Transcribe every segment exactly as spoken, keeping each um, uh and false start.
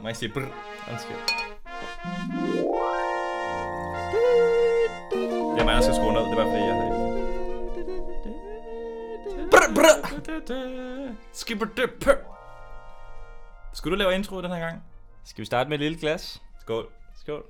Må jeg sige brr? Undskyld. Jeg mener, jeg skal skrue ned. Det er bare fordi, jeg har ikke... Brr, brr. Skipper det pø. Skulle du lave intro den her gang? Skal vi starte med et lille glas? Skål. Skål.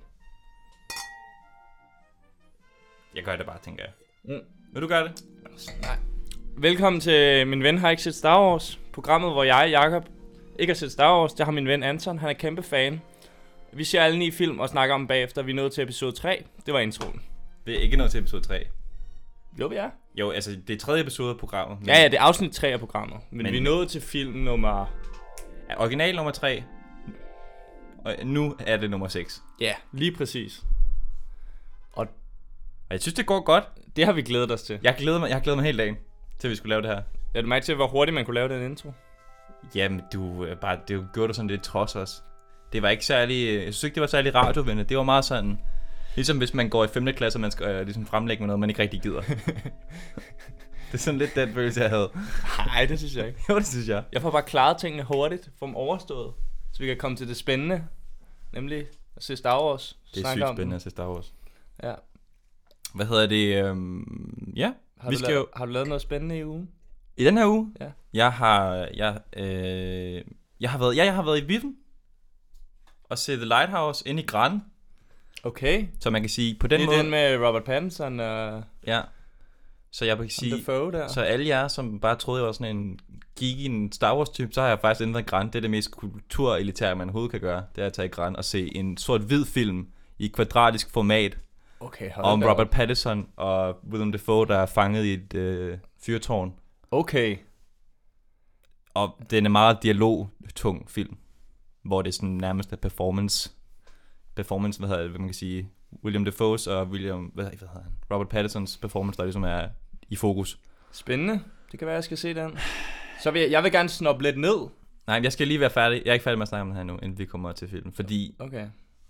Jeg gør det bare, tænker jeg. Mm. Vil du gøre det? Nej. Velkommen til Min Ven Har Ikke Set Star Wars. Programmet, hvor jeg, Jakob, ikke har set Star Wars. Der har min ven Anton, han er kæmpe fan. Vi ser alle ni film og snakker om dem bagefter. Vi er nået til episode tre. Det var introen. Det er ikke noget til episode tre. Jo, vi er. Jo, altså det er tredje episode af programmet. Men... Ja, ja, det er afsnit tre af programmet. Men, Men... vi er nået til film nummer... Ja, original nummer tre. Og nu er det nummer seks. Ja, lige præcis. Og Og jeg synes, det går godt. det har vi glædet os til. Jeg glæder mig, jeg glæder mig hele dagen til, vi skulle lave det her. Er du mærke til, hvor hurtigt man kunne lave den intro? Jamen, du øh, bare, det gjorde du sådan lidt trods os. Det var ikke særlig, jeg synes ikke, det var særlig radiovenligt. Det var meget sådan, ligesom hvis man går i femte klasse, og man skal øh, ligesom fremlægge med noget, man ikke rigtig gider. Det er sådan lidt den følelse, jeg havde. Nej, det synes jeg ikke. Jo, det synes jeg. Jeg får bare klaret tingene hurtigt, få dem overstået, så vi kan komme til det spændende, nemlig at se Star Wars. Det er sygt spændende at se Star Wars. Ja. Hvad hedder det? Øhm, ja, Har vi du, skal lavet, jo... har du lavet noget spændende i ugen? I den her uge? Ja. Jeg har, jeg, øh, jeg har været, ja, jeg har været i biffen og set The Lighthouse inde i Gran. Okay. Så man kan sige, på den det er måde... den med Robert Pattinson og... Ja. Så jeg kan sige, Dafoe der. så alle jer, som bare troede, jeg var sådan en geek i en Star Wars type, så har jeg faktisk ændret Gran. Det er det mest kulturelitære, man overhovedet kan gøre. Det er at tage i Gran og se en sort-hvid film i kvadratisk format. Okay, Om Robert Pattinson og Willem Dafoe, der er fanget i et øh, fyrtårn. Okay. Og den er meget dialogtung film, hvor det er sådan nærmest er performance, performance, hvad hedder det, hvad man kan sige, William Dafoe's og William, hvad, hvad hedder han, Robert Pattinsons performance, der ligesom er i fokus. Spændende. Det kan være, jeg skal se den. Så vil jeg, jeg vil gerne snoppe lidt ned. Nej, jeg skal lige være færdig. Jeg er ikke færdig med at snakke om det her nu, inden vi kommer til filmen, fordi... Okay.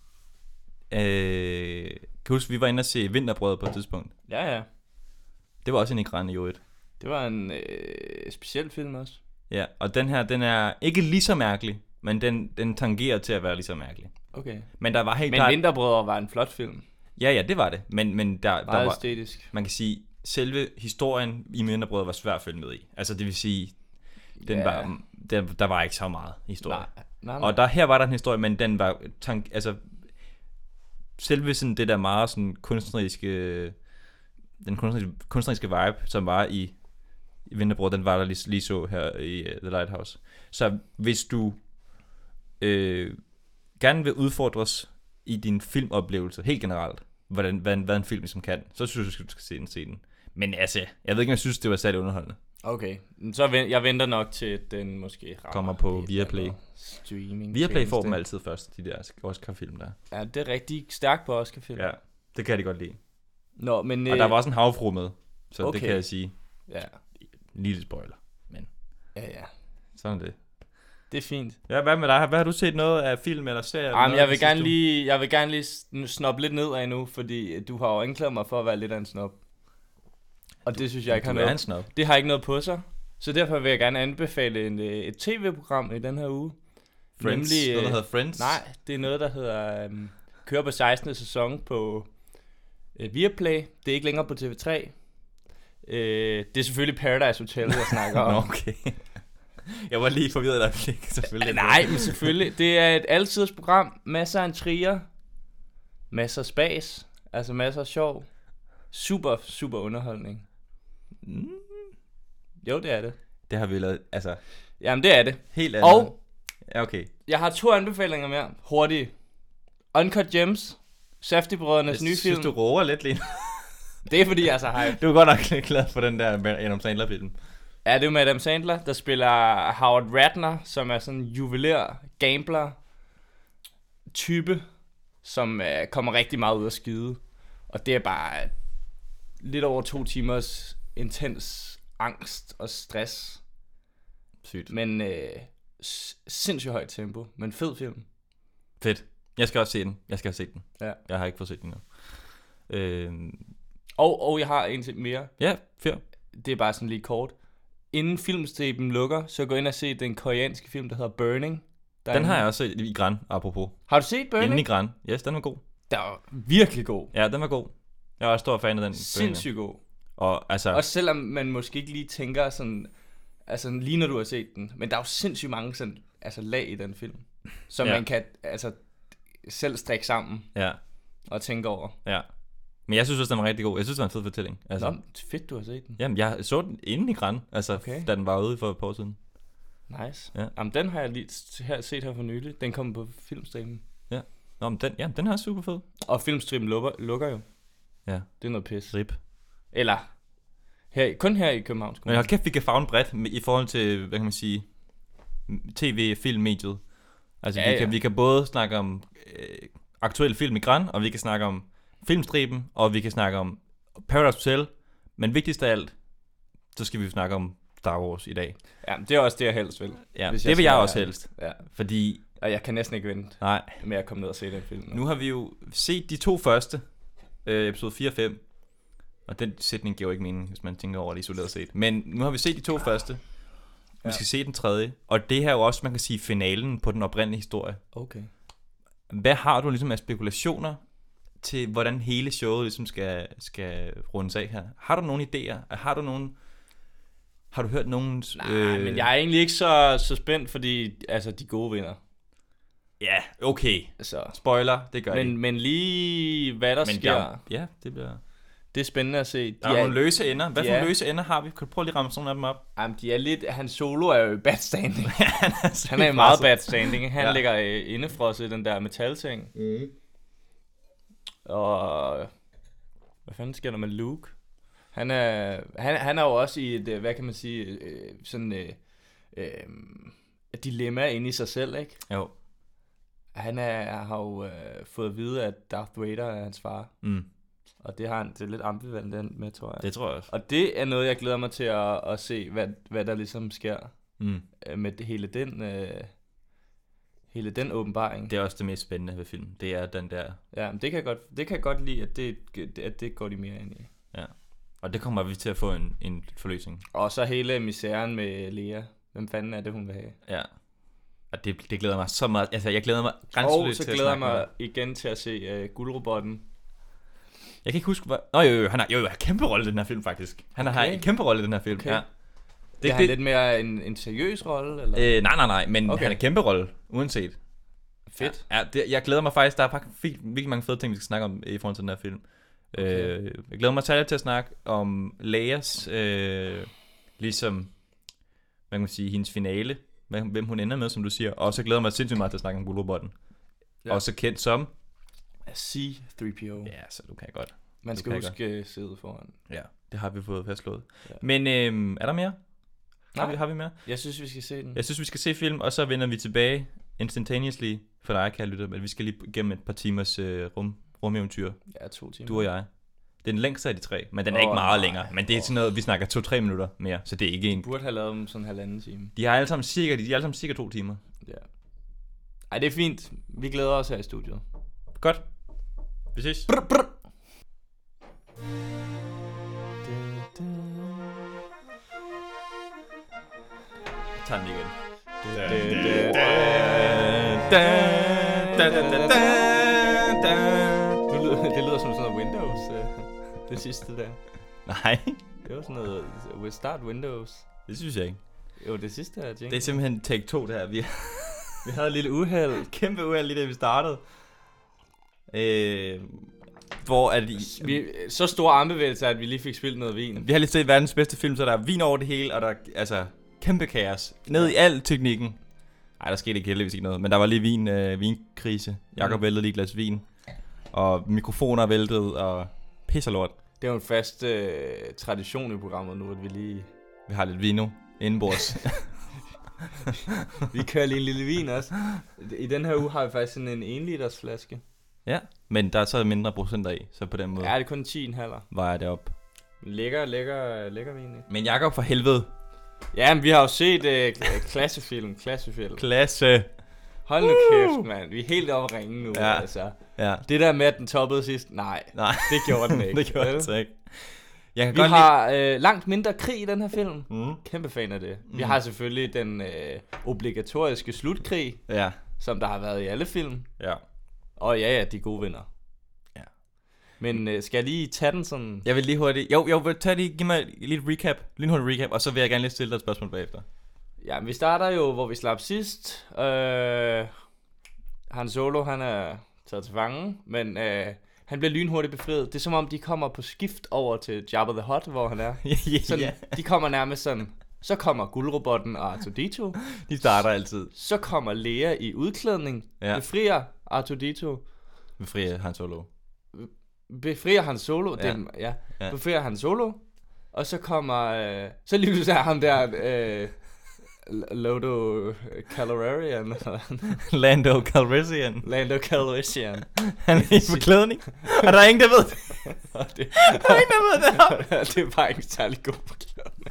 Øh, kan du huske, vi var inde og se Vinterbrød på et tidspunkt? Ja, ja. Det var også en i Gran i øvrigt. Det var en øh, speciel film også. Ja, og den her, den er ikke lige så mærkelig, men den, den tangerer til at være lige så mærkelig. Okay. Men der var helt Men klart... Vinterbrødre var en flot film. Ja, ja, det var det. Men, men der, der Meget var... æstetisk. Man kan sige, selve historien i Vinterbrød var svært at følge med i. Altså det vil sige, den Ja. var, der, der var ikke så meget historie. Nej, nej, nej. Og der, her var der en historie, men den var... Tank, altså, selve sådan det der meget sådan kunstneriske... Den kunstneriske, kunstneriske vibe, som var i, i Vinterbrød, den var der lige, lige så her i uh, The Lighthouse. Så hvis du øh, gerne vil udfordres i din filmoplevelse, helt generelt, hvordan, hvad, hvad en film ligesom kan, så synes jeg, du skal se den, se den. Men altså, jeg ved ikke, om jeg synes, det var særlig underholdende. Okay, så vent, jeg venter nok til, den måske rammer Kommer på det Viaplay. Streaming. Viaplay får dem altid først, de der Oscar-film der. Ja, det er rigtig stærkt på Oscar-film. Ja, det kan de godt lide. Nå, men... Og der var også en havfru med, så okay. det kan jeg sige. Ja. Lille spoiler, men Ja, ja. sådan er det. Det er fint. Ja, hvad med dig? Hvad har du set noget af film eller serie? Jamen, jeg vil gerne lige, jeg vil gerne lige snoppe lidt ned af nu, fordi du har jo anklaget mig for at være lidt af en snop. Og det synes jeg ikke har noget. En snop. Det har ikke noget på sig. Så derfor vil jeg gerne anbefale en, et tv-program i den her uge. Friends. Nemlig, noget, der hedder Friends? Nej, det er noget, der hedder um, kører på sekstende sæson på uh, Viaplay. Det er ikke længere på T V tre. Uh, det er selvfølgelig Paradise Hotel, jeg snakker om. Nå, okay. Jeg var lige forvirret der fik selvfølgelig. Nej, men selvfølgelig. Det er et altidens program. Masser af intriger. Masser af spas. Altså masser af sjov. Super, super underholdning. Mm. Jo, det er det. Det har vi lavet, altså... Jamen, det er det. Helt andet. Og ja, okay. jeg har to anbefalinger mere. Hurtigt. Uncut Gems. Safdie-brødrenes nye film. Jeg synes, du roer lidt lige. Det er fordi, jeg er så hype. Du er godt nok lidt glad for den der Adam Sandler-film. Ja, det er jo med Adam Sandler, der spiller Howard Ratner, som er sådan en juveler, gambler type, som uh, kommer rigtig meget ud af skide. Og det er bare lidt over to timers intens angst og stress. Sygt. Men uh, sindssygt højt tempo, men fed film. Fedt. Jeg skal også se den. Jeg skal have set den. Ja. Jeg har ikke fået set den endnu. Øhm... Og, og jeg har en til mere. Ja, fyr. Det er bare sådan lige kort. Inden filmstriben lukker, så gå ind og se den koreanske film, der hedder Burning. Den derinde. Har jeg også set i Gran, apropos. Har du set Burning? Inden i Gran. Yes, den var god. Den var virkelig god. Ja, den var god. Jeg er også stor fan af den. Sindssygt god. Og altså... Også selvom man måske ikke lige tænker sådan... Altså lige når du har set den. Men der er jo sindssygt mange sådan, altså, lag i den film. Som ja. man kan altså, selv strikke sammen. Ja. Og tænke over. Ja. Men jeg synes også, den var rigtig god. Jeg synes, det var en fed fortælling. Altså, Nå, fedt, du har set den. Jamen, jeg så den inden i Gran. Altså, okay. Da den var ude for et par år siden. Nice. Ja. Jamen, den har jeg lige set her for nylig. Den kom på Filmstriben. Ja. Nå, men den, ja, den er super fed. Og Filmstriben lukker, lukker jo. Ja. Det er noget pis. Rip. Eller, her, kun her i København. Men hold kæft, vi kan favne bredt i forhold til, hvad kan man sige, tv-filmmediet. Altså, ja, vi, kan, ja. vi kan både snakke om øh, aktuelle film i Gran, og vi kan snakke om Filmstriben, og vi kan snakke om Paradise Hotel. Men vigtigst af alt, så skal vi snakke om Star Wars i dag. Ja, det er også det, jeg helst vil. Ja, det jeg vil jeg også helst. Ja. Fordi... Og jeg kan næsten ikke vente Nej. med at komme ned og se den film. Nu, nu har vi jo set de to første, øh, episode fire og fem. Og den sætning giver jo ikke mening, hvis man tænker over det isoleret set. Men nu har vi set de to første. Vi skal ja. se den tredje. Og det her er jo også, man kan sige, finalen på den oprindelige historie. Okay. Hvad har du ligesom af spekulationer til, hvordan hele showet ligesom skal, skal rundes af her? Har du nogle idéer? Har du nogen... Har du hørt nogen... Nej, øh... men jeg er egentlig ikke så, så spændt, fordi altså, de gode vinder. Ja, okay. Så. Spoiler, det gør men, de. Men lige hvad der men sker... Ja, ja, det bliver... Det er spændende at se. De der er, er nogle løse ender. Hvad for er... nogle løse ender har vi? Kan du prøve lige at ramme sådan af dem op? Jamen, de er lidt... Hans solo er jo i bad standing. han er, han er i meget bad standing. Han ja. ligger indefrosset i den der metalting. Mm. Og... Hvad fanden sker der med Luke? Han er, han, han er jo også i et, hvad kan man sige, øh, sådan øh, øh, et dilemma inde i sig selv, ikke? Jo. Han er, har jo øh, fået at vide, at Darth Vader er hans far. Mm. Og det har han det er lidt ambivalent med, tror jeg. Det tror jeg også. Og det er noget, jeg glæder mig til at, at se, hvad, hvad der ligesom sker mm. med det, hele den... Øh, hele den åbenbaring. Det er også det mest spændende ved filmen. Det er den der... Ja, det kan jeg godt, det kan jeg godt lide, at det, at det går de mere ind i. Ja. Og det kommer vi til at få en, en forløsning. Og så hele misæren med Lea. Hvem fanden er det, hun vil have? Ja. Og det, det glæder mig så meget. Altså, jeg glæder mig grænseløst til at snakke. Og så glæder jeg mig igen til at se uh, Guldrobotten. Jeg kan ikke huske, hvad... Nå jo, jo, han har jo, jo, en kæmpe rolle i den her film, faktisk. Han okay. har en kæmpe rolle i den her film, okay. ja. Det, er han det... lidt mere en, en seriøs rolle, eller? Øh, nej, nej, nej, men okay. han er en kæmpe rolle, uanset. Fedt. Ja, ja det, jeg glæder mig faktisk, der er faktisk virkelig mange fede ting, vi skal snakke om i forhold til den her film. Okay. Øh, jeg glæder mig særligt til at snakke om Leias, øh, ligesom, hvad kan man sige, hendes finale, hvem hun ender med, som du siger. Og så glæder jeg mig sindssygt meget til at snakke om Guldrobotten. Ja. Også kendt som C tre P O. Ja, så du kan godt. Man skal huske sædet foran. Ja, det har vi fået fastslået. Ja. Men øh, er der mere? Nej. Har vi, har vi mere? Jeg synes, vi skal se den. Jeg synes, vi skal se film, og så vender vi tilbage instantaneously for dig, kan jeg lytte. Men vi skal lige gennem et par timers øh, rum, rumeventyr. Ja, to timer. Du og jeg. Det er den længste af de tre, men den er oh, ikke meget nej. længere. Men det er sådan noget, vi snakker to-tre minutter mere, så det er ikke en... Du burde have lavet dem sådan en halvanden time. De har alle sammen cirka, de er alle sammen cirka to timer. Ja. Ej, det er fint. Vi glæder os her i studiet. Godt. Vi ses. Brr, brr. Jeg tager den igen. Det lyder som sådan noget Windows, det sidste der. Nej. Det var sådan noget, we start Windows. Det synes jeg ikke. Jo, det sidste her, Jink. Det er simpelthen take to, det her. Vi, vi havde et lille uheld. Kæmpe uheld lige da vi startede. Øh, hvor er det... Vi, så store armbevægelser, at vi lige fik spillet noget vin. Vi har lige set verdens bedste film, så der er vin over det hele, og der er altså kæmpe kaos. Ned i al teknikken. Ej, der skete ikke heldigvis ikke noget, men der var lige vin, øh, vinkrise. Jakob mm. væltede lige et glas vin. Og mikrofoner væltede, og pis og lort. Det er jo en fast øh, tradition i programmet nu, at vi lige... Vi har lidt vino indenbords. Vi kører lige en lille vin også. I den her uge har vi faktisk sådan en en liters flaske. Ja, men der er så mindre procenter i, så på den måde... Ja, det er kun ti komma fem. Vejer det op. Lækker, lækker, lækker vin. Men Jakob, for helvede. Ja, men vi har jo set øh, klassefilm, klassefilm. Klasse. Hold nu kæft, mand. Vi er helt oppe at ringe nu, ja. altså. Ja. Det der med, at den toppede sidst, nej, nej. det gjorde den ikke. Det gjorde den ikke. Jeg kan Vi godt har øh, langt mindre krig i den her film. lide... Mm. Kæmpe fan af det. Vi Mm. har selvfølgelig den øh, obligatoriske slutkrig, Ja, som der har været i alle film. ja. Og ja, ja, de gode venner. Ja. Men øh, skal jeg lige tage den sådan... Jeg vil lige hurtigt... Jo, jo, vil tage lige, giv mig lige et recap. Lige en hurtig recap, og så vil jeg gerne lige stille dig et spørgsmål bagefter. Ja, vi starter jo, hvor vi slap sidst. Øh, Han Solo, han er taget til fange, men øh, han bliver lynhurtigt befriet. Det er som om, de kommer på skift over til Jabba the Hutt, hvor han er. Sådan, Ja. De kommer nærmest sådan... Så kommer guldrobotten og R to D to. De starter altid. Så kommer Leia i udklædning. Ja. Befrier R to D to. Befrier Han Solo. Befrier Han Solo. Ja. Det, ja. Ja. Befrier Han Solo. Og så kommer... Øh, så lige pludselig er ham der... Øh, Lodo Calrissian. Lando Calrissian. Lando Calrissian. Han er i forklædning. Og der er ingen, der ved det. Og det, Der er ingen, der ved det. det er bare ikke særlig god forklædning.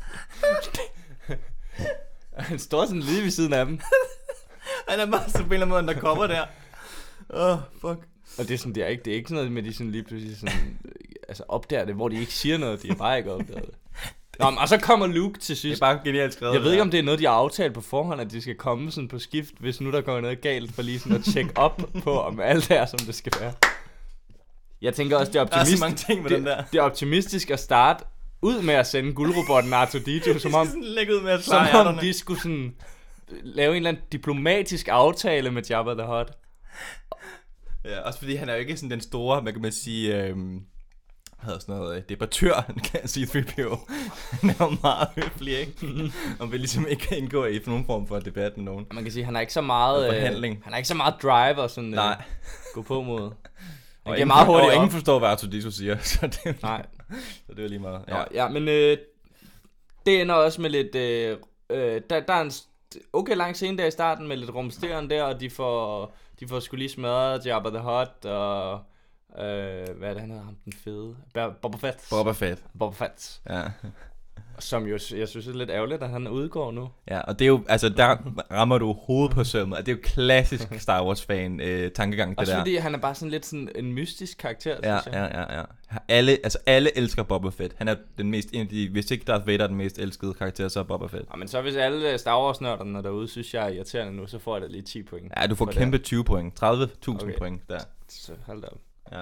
Han står sådan lige ved siden af dem. Han er meget så på en eller anden måde, der kommer der. Åh, oh, fuck. Og det er sådan, det er ikke, det er ikke sådan noget med, de sådan lige pludselig sådan, altså opdager det, hvor de ikke siger noget, de har bare ikke opdaget det. Nå, og så kommer Luke til Det er sidst. bare genialt skrevet. Jeg ved ikke, om det er noget, de har aftalt på forhånd, at de skal komme sådan på skift, hvis nu der går noget galt, for lige sådan at tjekke op på, om alt er, som det skal være. Jeg tænker også, det er Der er optimistisk, så mange ting med det, den der. det er optimistisk at starte ud med at sende guldrobotten R to D to, som om, sådan lægge ud med at som klare om hjerterne. de skulle sådan lave en eller anden diplomatisk aftale med Jabba the Hutt. Ja, også fordi han er jo ikke sådan den store, hvad kan man sige, øhm, hvad hedder sådan noget, øh, debattør, kan jeg sige, tre P O. Han er jo meget høflig, ikke? Og vil ligesom ikke indgå i nogen form for debat med nogen. Man kan sige, han har ikke så meget Og forhandling. Øh, han har ikke så meget drive og sådan Nej. øh, gå på mod. Han Og giver ingen, meget hurtigt og op. ingen forstår, hvad R to D to siger, så det, Nej. så det er lige meget. Ja, Ja. ja men øh, det ender også med lidt øh, øh, der, der er en st- okay lang scene der i starten med lidt rumsteren der, og de får de får sgu lige smadret Jabba the Hutt og øh, hvad er det han hedder ham den fede Ba- Boba Fett. Boba Fett. Boba Fett. Ja. Som jo jeg synes er lidt ærgerligt at han udgår nu. Ja, og det er jo, altså der rammer du hovedet på sømmet, og det er jo klassisk Star Wars fan øh, tankegang, det Også der. fordi han er bare sådan lidt sådan en mystisk karakter, Ja, synes jeg. ja, ja, ja. Alle, altså alle elsker Boba Fett. Han er den mest, en af de, hvis ikke Darth Vader er den mest elskede karakter, så er Boba Fett. Ja, men så hvis alle Star Wars-nørderne derude synes, jeg er irriterende nu, så får jeg da lige ti point. Ja, du får for kæmpe tyve point. tredive tusind Okay. point der. Det. Så hold da op. Ja.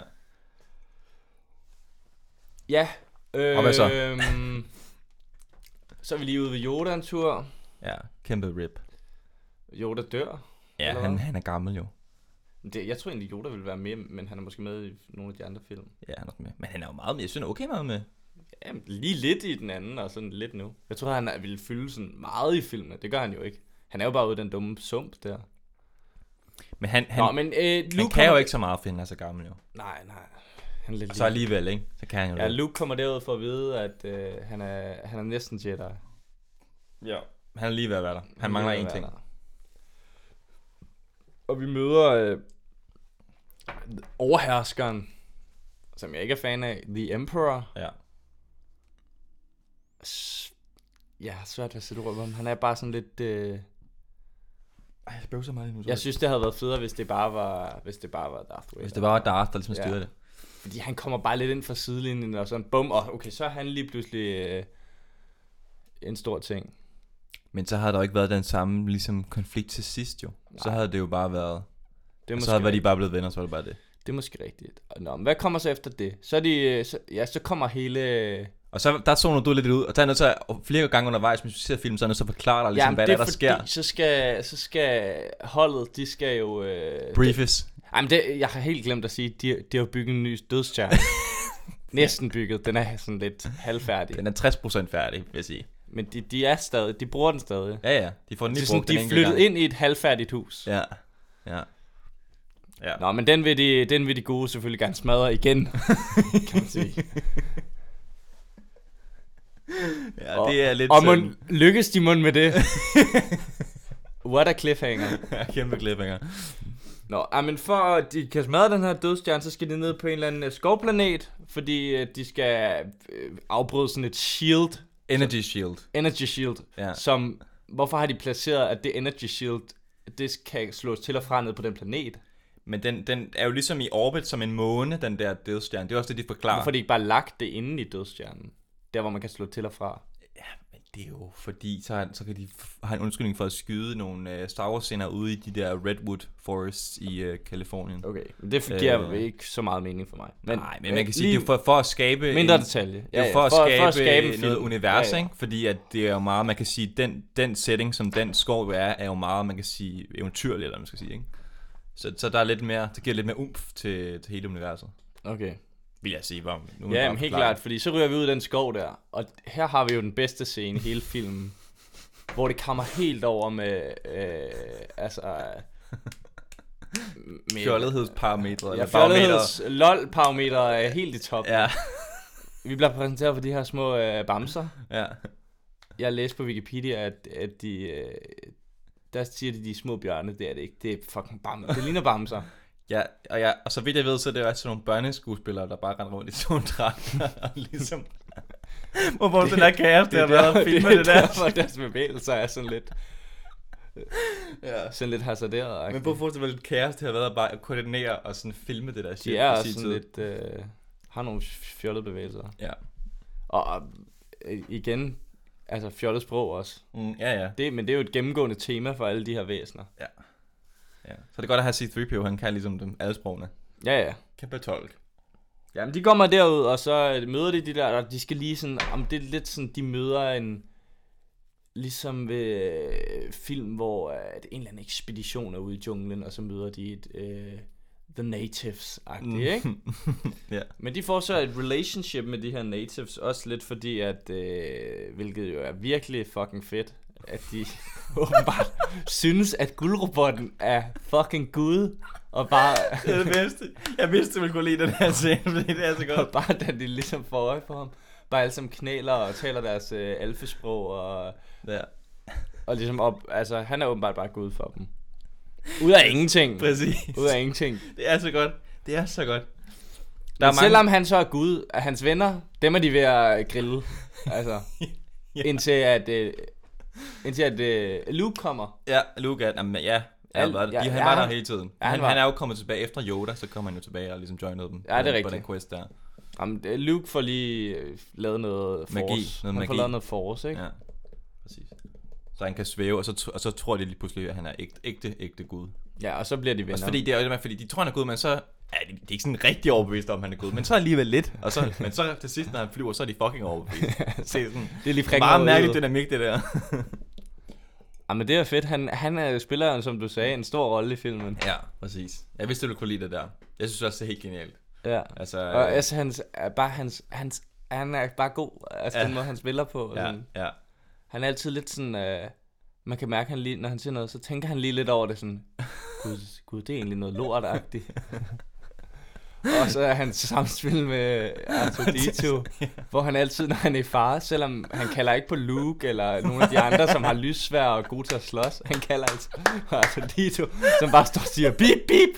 Ja. Øh, Og hvad så? Øhm, så er vi lige ude ved Yoda en tur. Ja, kæmpe rip. Yoda dør. Ja, Eller han, hvad? han er gammel jo. Det, jeg tror egentlig, Yoda ville være med, men han er måske med i nogle af de andre film. Ja, han er også med. Men han er jo meget med. Jeg synes, han er okay meget med. Jamen, lige lidt i den anden, og sådan lidt nu. Jeg tror, han er- ville fylde sådan meget i filmen. Det gør han jo ikke. Han er jo bare ude i den dumme sump der. Men han, han, Nå, men øh, Luke han kan kommer... jo ikke så meget, for han er så gammel jo. Nej, nej. Han er lidt Og så alligevel, ikke? Så kan han jo Ja, lidt. Luke kommer derud for at vide, at øh, han, er, han er næsten Jedi. Ja. Han er lige ved at være der. Han mangler Lige én ved at ting. være der. Og vi møder øh, overherskeren, som jeg ikke er fan af, The Emperor. Ja. S- Ja, svært at sætte ord på ham. Han er bare sådan lidt... Øh... Ej, jeg bøvser meget lige nu. Jeg synes, det havde været federe, hvis det bare var, hvis det bare var Darth Vader. Hvis det bare var Darth, der ligesom Ja. styrede det. Fordi han kommer bare lidt ind fra sidelinjen og sådan, bum, og okay, så er han lige pludselig øh, en stor ting. Men så havde der jo ikke været den samme ligesom konflikt til sidst jo. Så Nej. havde det jo bare været... Det er Så havde måske de bare blevet venner, så var det bare det. Det er måske rigtigt. Nå, men hvad kommer så efter det? Så er de, så, ja, så kommer hele... Og så der zoner du lidt ud, og der er nødt til at flere gange undervejs, hvis du ser film, så er nødt til at forklare dig, ligesom, Jamen, hvad det der, er der fordi, sker. så skal, så skal holdet, de skal jo... Øh, Briefes. Jamen, det, jeg har helt glemt at sige, de, de har bygget en ny dødstjerne. Næsten bygget. Den er sådan lidt halvfærdig. Den er tres procent færdig, vil jeg sige. Men de, de er stadig, de bruger den stadig. Ja, ja. De får den Det lige er sådan, brugt de den er enkelt flyttet gang. ind i et halvfærdigt hus. Ja. Ja. Ja. Nå, men den vil de, den vil de gode selvfølgelig gerne smadre igen, kan man sige. Ja, Og- det er lidt Og sådan... må, lykkes de mund med det? What a cliffhanger. Ja, kæmpe cliffhanger. Nå, ah, men for at de kan smadre den her dødstjerne, så skal de ned på en eller anden øh, skovplanet, fordi øh, de skal øh, afbryde sådan et shield, Energy Shield. energy shield, Ja. som, hvorfor har de placeret, at det energy shield, det kan slås til og fra ned på den planet? Men den, den er jo ligesom i orbit som en måne, den der dødstjerne. Det er også det, de forklarer. Hvorfor har de ikke bare lagt det inde i dødstjernen? der hvor man kan slå til og fra. Ja, men det er jo fordi, så, så kan de f- have en undskyldning for at skyde nogle uh, Star Wars-scener ude i de der Redwood Forests i uh, Kalifornien. Okay, men det giver Øh. ikke så meget mening for mig. Men, Nej, men man kan sige, det er for, for at skabe... mindre en, detalje. det er jo for, at, for, skabe for at skabe en noget film. univers, Ja, ja. ikke? Fordi at det er jo meget, man kan sige, den, den setting, som den skov er, er jo meget, man kan sige, eventyrlig, eller man skal sige, ikke? Så, så der er lidt mere, det giver lidt mere umf til, til hele universet. Okay. Vil jeg sige, hvor nu Ja, men helt klart, fordi så ryger vi ud i den skov der, og her har vi jo den bedste scene i hele filmen, hvor det kommer helt over med, øh, altså... Med, Fjollighedsparametre, ja, eller barometer. fjolligheds lol-parameter er helt i top. Ja, Vi bliver præsenteret for de her små øh, bamser. ja. Jeg læste på Wikipedia, at, at de... Øh, der siger de, de små bjørne, det er det ikke. Det er fucking bamser. Det ligner bamser. Ja, og, ja, og så vidt jeg ved, så er det også sådan nogle børneskuespillere, der bare render rundt i sådan nogle dragter, og ligesom... Hvorfor den der kaos, der har været at filme det, det der? Derfor deres bevægelser er sådan lidt... Ja. Sådan lidt hasarderet. Men hvorfor det var lidt kaos, det har været at bare at koordinere og sådan filme det der shit. De er på også sin sådan tid. lidt... Øh, har nogle fjollede bevægelser. Ja. Og, og øh, igen, altså fjollet sprog også. Mm, ja, ja. Det, men det er jo et gennemgående tema for alle de her væsener. Ja. Ja. Så det er godt at have C tre P O, han kan ligesom dem alle sprogene. Ja, ja. Kæmpe tolk. Jamen, de kommer derud, og så møder de de der, og de skal lige sådan, om det er lidt sådan, de møder en, ligesom ved øh, film, hvor øh, en eller anden ekspedition er ude i junglen, og så møder de et, øh, The Natives-agtigt, mm. ikke? Ja. Men de får så et relationship med de her natives, også lidt fordi, at, øh, hvilket jo er virkelig fucking fedt, at de åbenbart synes, at guldrobotten er fucking gud, og bare... Det er det bedste. Jeg vidste, du ville kunne lide den her scene, fordi det er så og godt. bare da de ligesom får øje på ham, bare alle sammen knæler og taler deres øh, alfesprog, og, Ja. og ligesom op, altså han er åbenbart bare gud for dem. Ud af ingenting. Præcis. Ud af ingenting. Det er så godt. Det er så godt. Der Men selvom han så er gud, at hans venner, dem er de ved at grille. Altså, Ja. indtil at, øh, indtil at øh, Luke kommer. Ja, Luke er, jamen, ja, Al- Al, ja, ja, han ja, var der han- hele tiden. ja, han han, var- han er jo kommet tilbage efter Yoda, så kommer han jo tilbage og ligesom joinede dem. Ja, det er på rigtigt. den quest der. Jamen, øh, Luke får lige øh, lavet noget force. Magi, noget han får magi. lavet noget force, ikke? Ja, præcis. Så han kan svæve, og så, tr- og så tror de lige pludselig, at han er ægte, ægte, ægte Gud. Ja, og så bliver de venner. Også fordi det er jo det med, fordi de tror, han er Gud, men så ja, de, de er ikke sådan rigtig overbevist om, han er Gud. Men så alligevel lidt. Og så, men så til sidst, når han flyver, så er de fucking overbevist. Det er sådan, det er lige meget prikken mærkeligt dynamik, det der. Ja, men det er fedt. Han, han er, spiller, som du sagde, en stor rolle i filmen. Ja, præcis. Jeg vidste, du kunne lide det der. Jeg synes også, det er helt genialt. Ja. Altså, Og altså, hans, er bare hans, hans, han er bare god. Altså, Ja. den måde, han spiller på. og ja, Sådan. ja. Han er altid lidt sådan... Øh, man kan mærke, han lige, når han siger noget, så tænker han lige lidt over det sådan... Gud, Gud det er egentlig noget lortagtigt. Og så er hans samspil med R to D to, hvor han altid, når han er i fare, selvom han kalder ikke på Luke eller nogle af de andre, som har lyssvær og er gode til at slås, han kalder altid R to D to, som bare står og siger, bip, bip!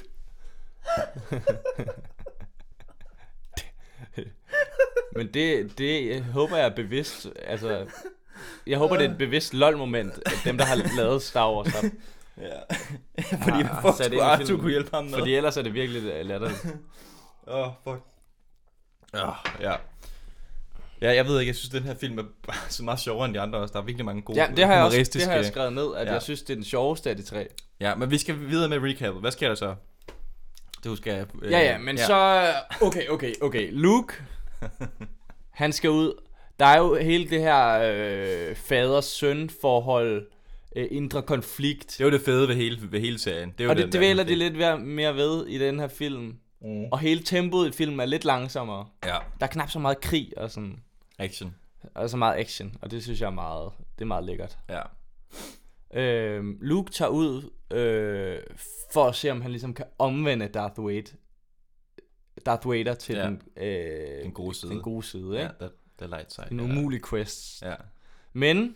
Men det, det jeg håber jeg er bevidst, altså, jeg håber det er et bevidst lol-moment, at dem, der har lavet Star Wars op. Ja. Fordi har hvorfor sat ind skulle i Arthur filmen. kunne hjælpe ham med? Fordi ellers er det virkelig latterligt. Åh, oh, fuck. Ja, ja. Ja, jeg ved ikke, jeg synes, den her film er bare så meget sjovere end de andre også. Der er virkelig mange gode Ja, det har jeg også det humoristiske... har jeg skrevet ned, at Ja. jeg synes, det er den sjoveste af de tre. Ja, men vi skal videre med recapet. Hvad sker der så? Det husker jeg. Øh, Ja, ja, men ja. så... Okay, okay, okay. Luke, han skal ud. Der er jo hele det her øh, fader-søn-forhold, øh, indre konflikt. Det var det fede ved hele, ved hele serien. Det er jo Og den det der dvæler de konflikt. lidt ved- mere ved i den her film. Mm. Og hele tempoet i filmen er lidt langsommere. Ja, Der er knap så meget krig og sådan... action. Og så meget action, og det synes jeg er meget... Det er meget lækkert. Ja. Øh, Luke tager ud øh, for at se, om han ligesom kan omvende Darth Vader, Darth Vader til Ja. den, øh, Den gode side. Den gode side, Ja, ikke? the, the light side. En ja. umulig quest. Ja. Men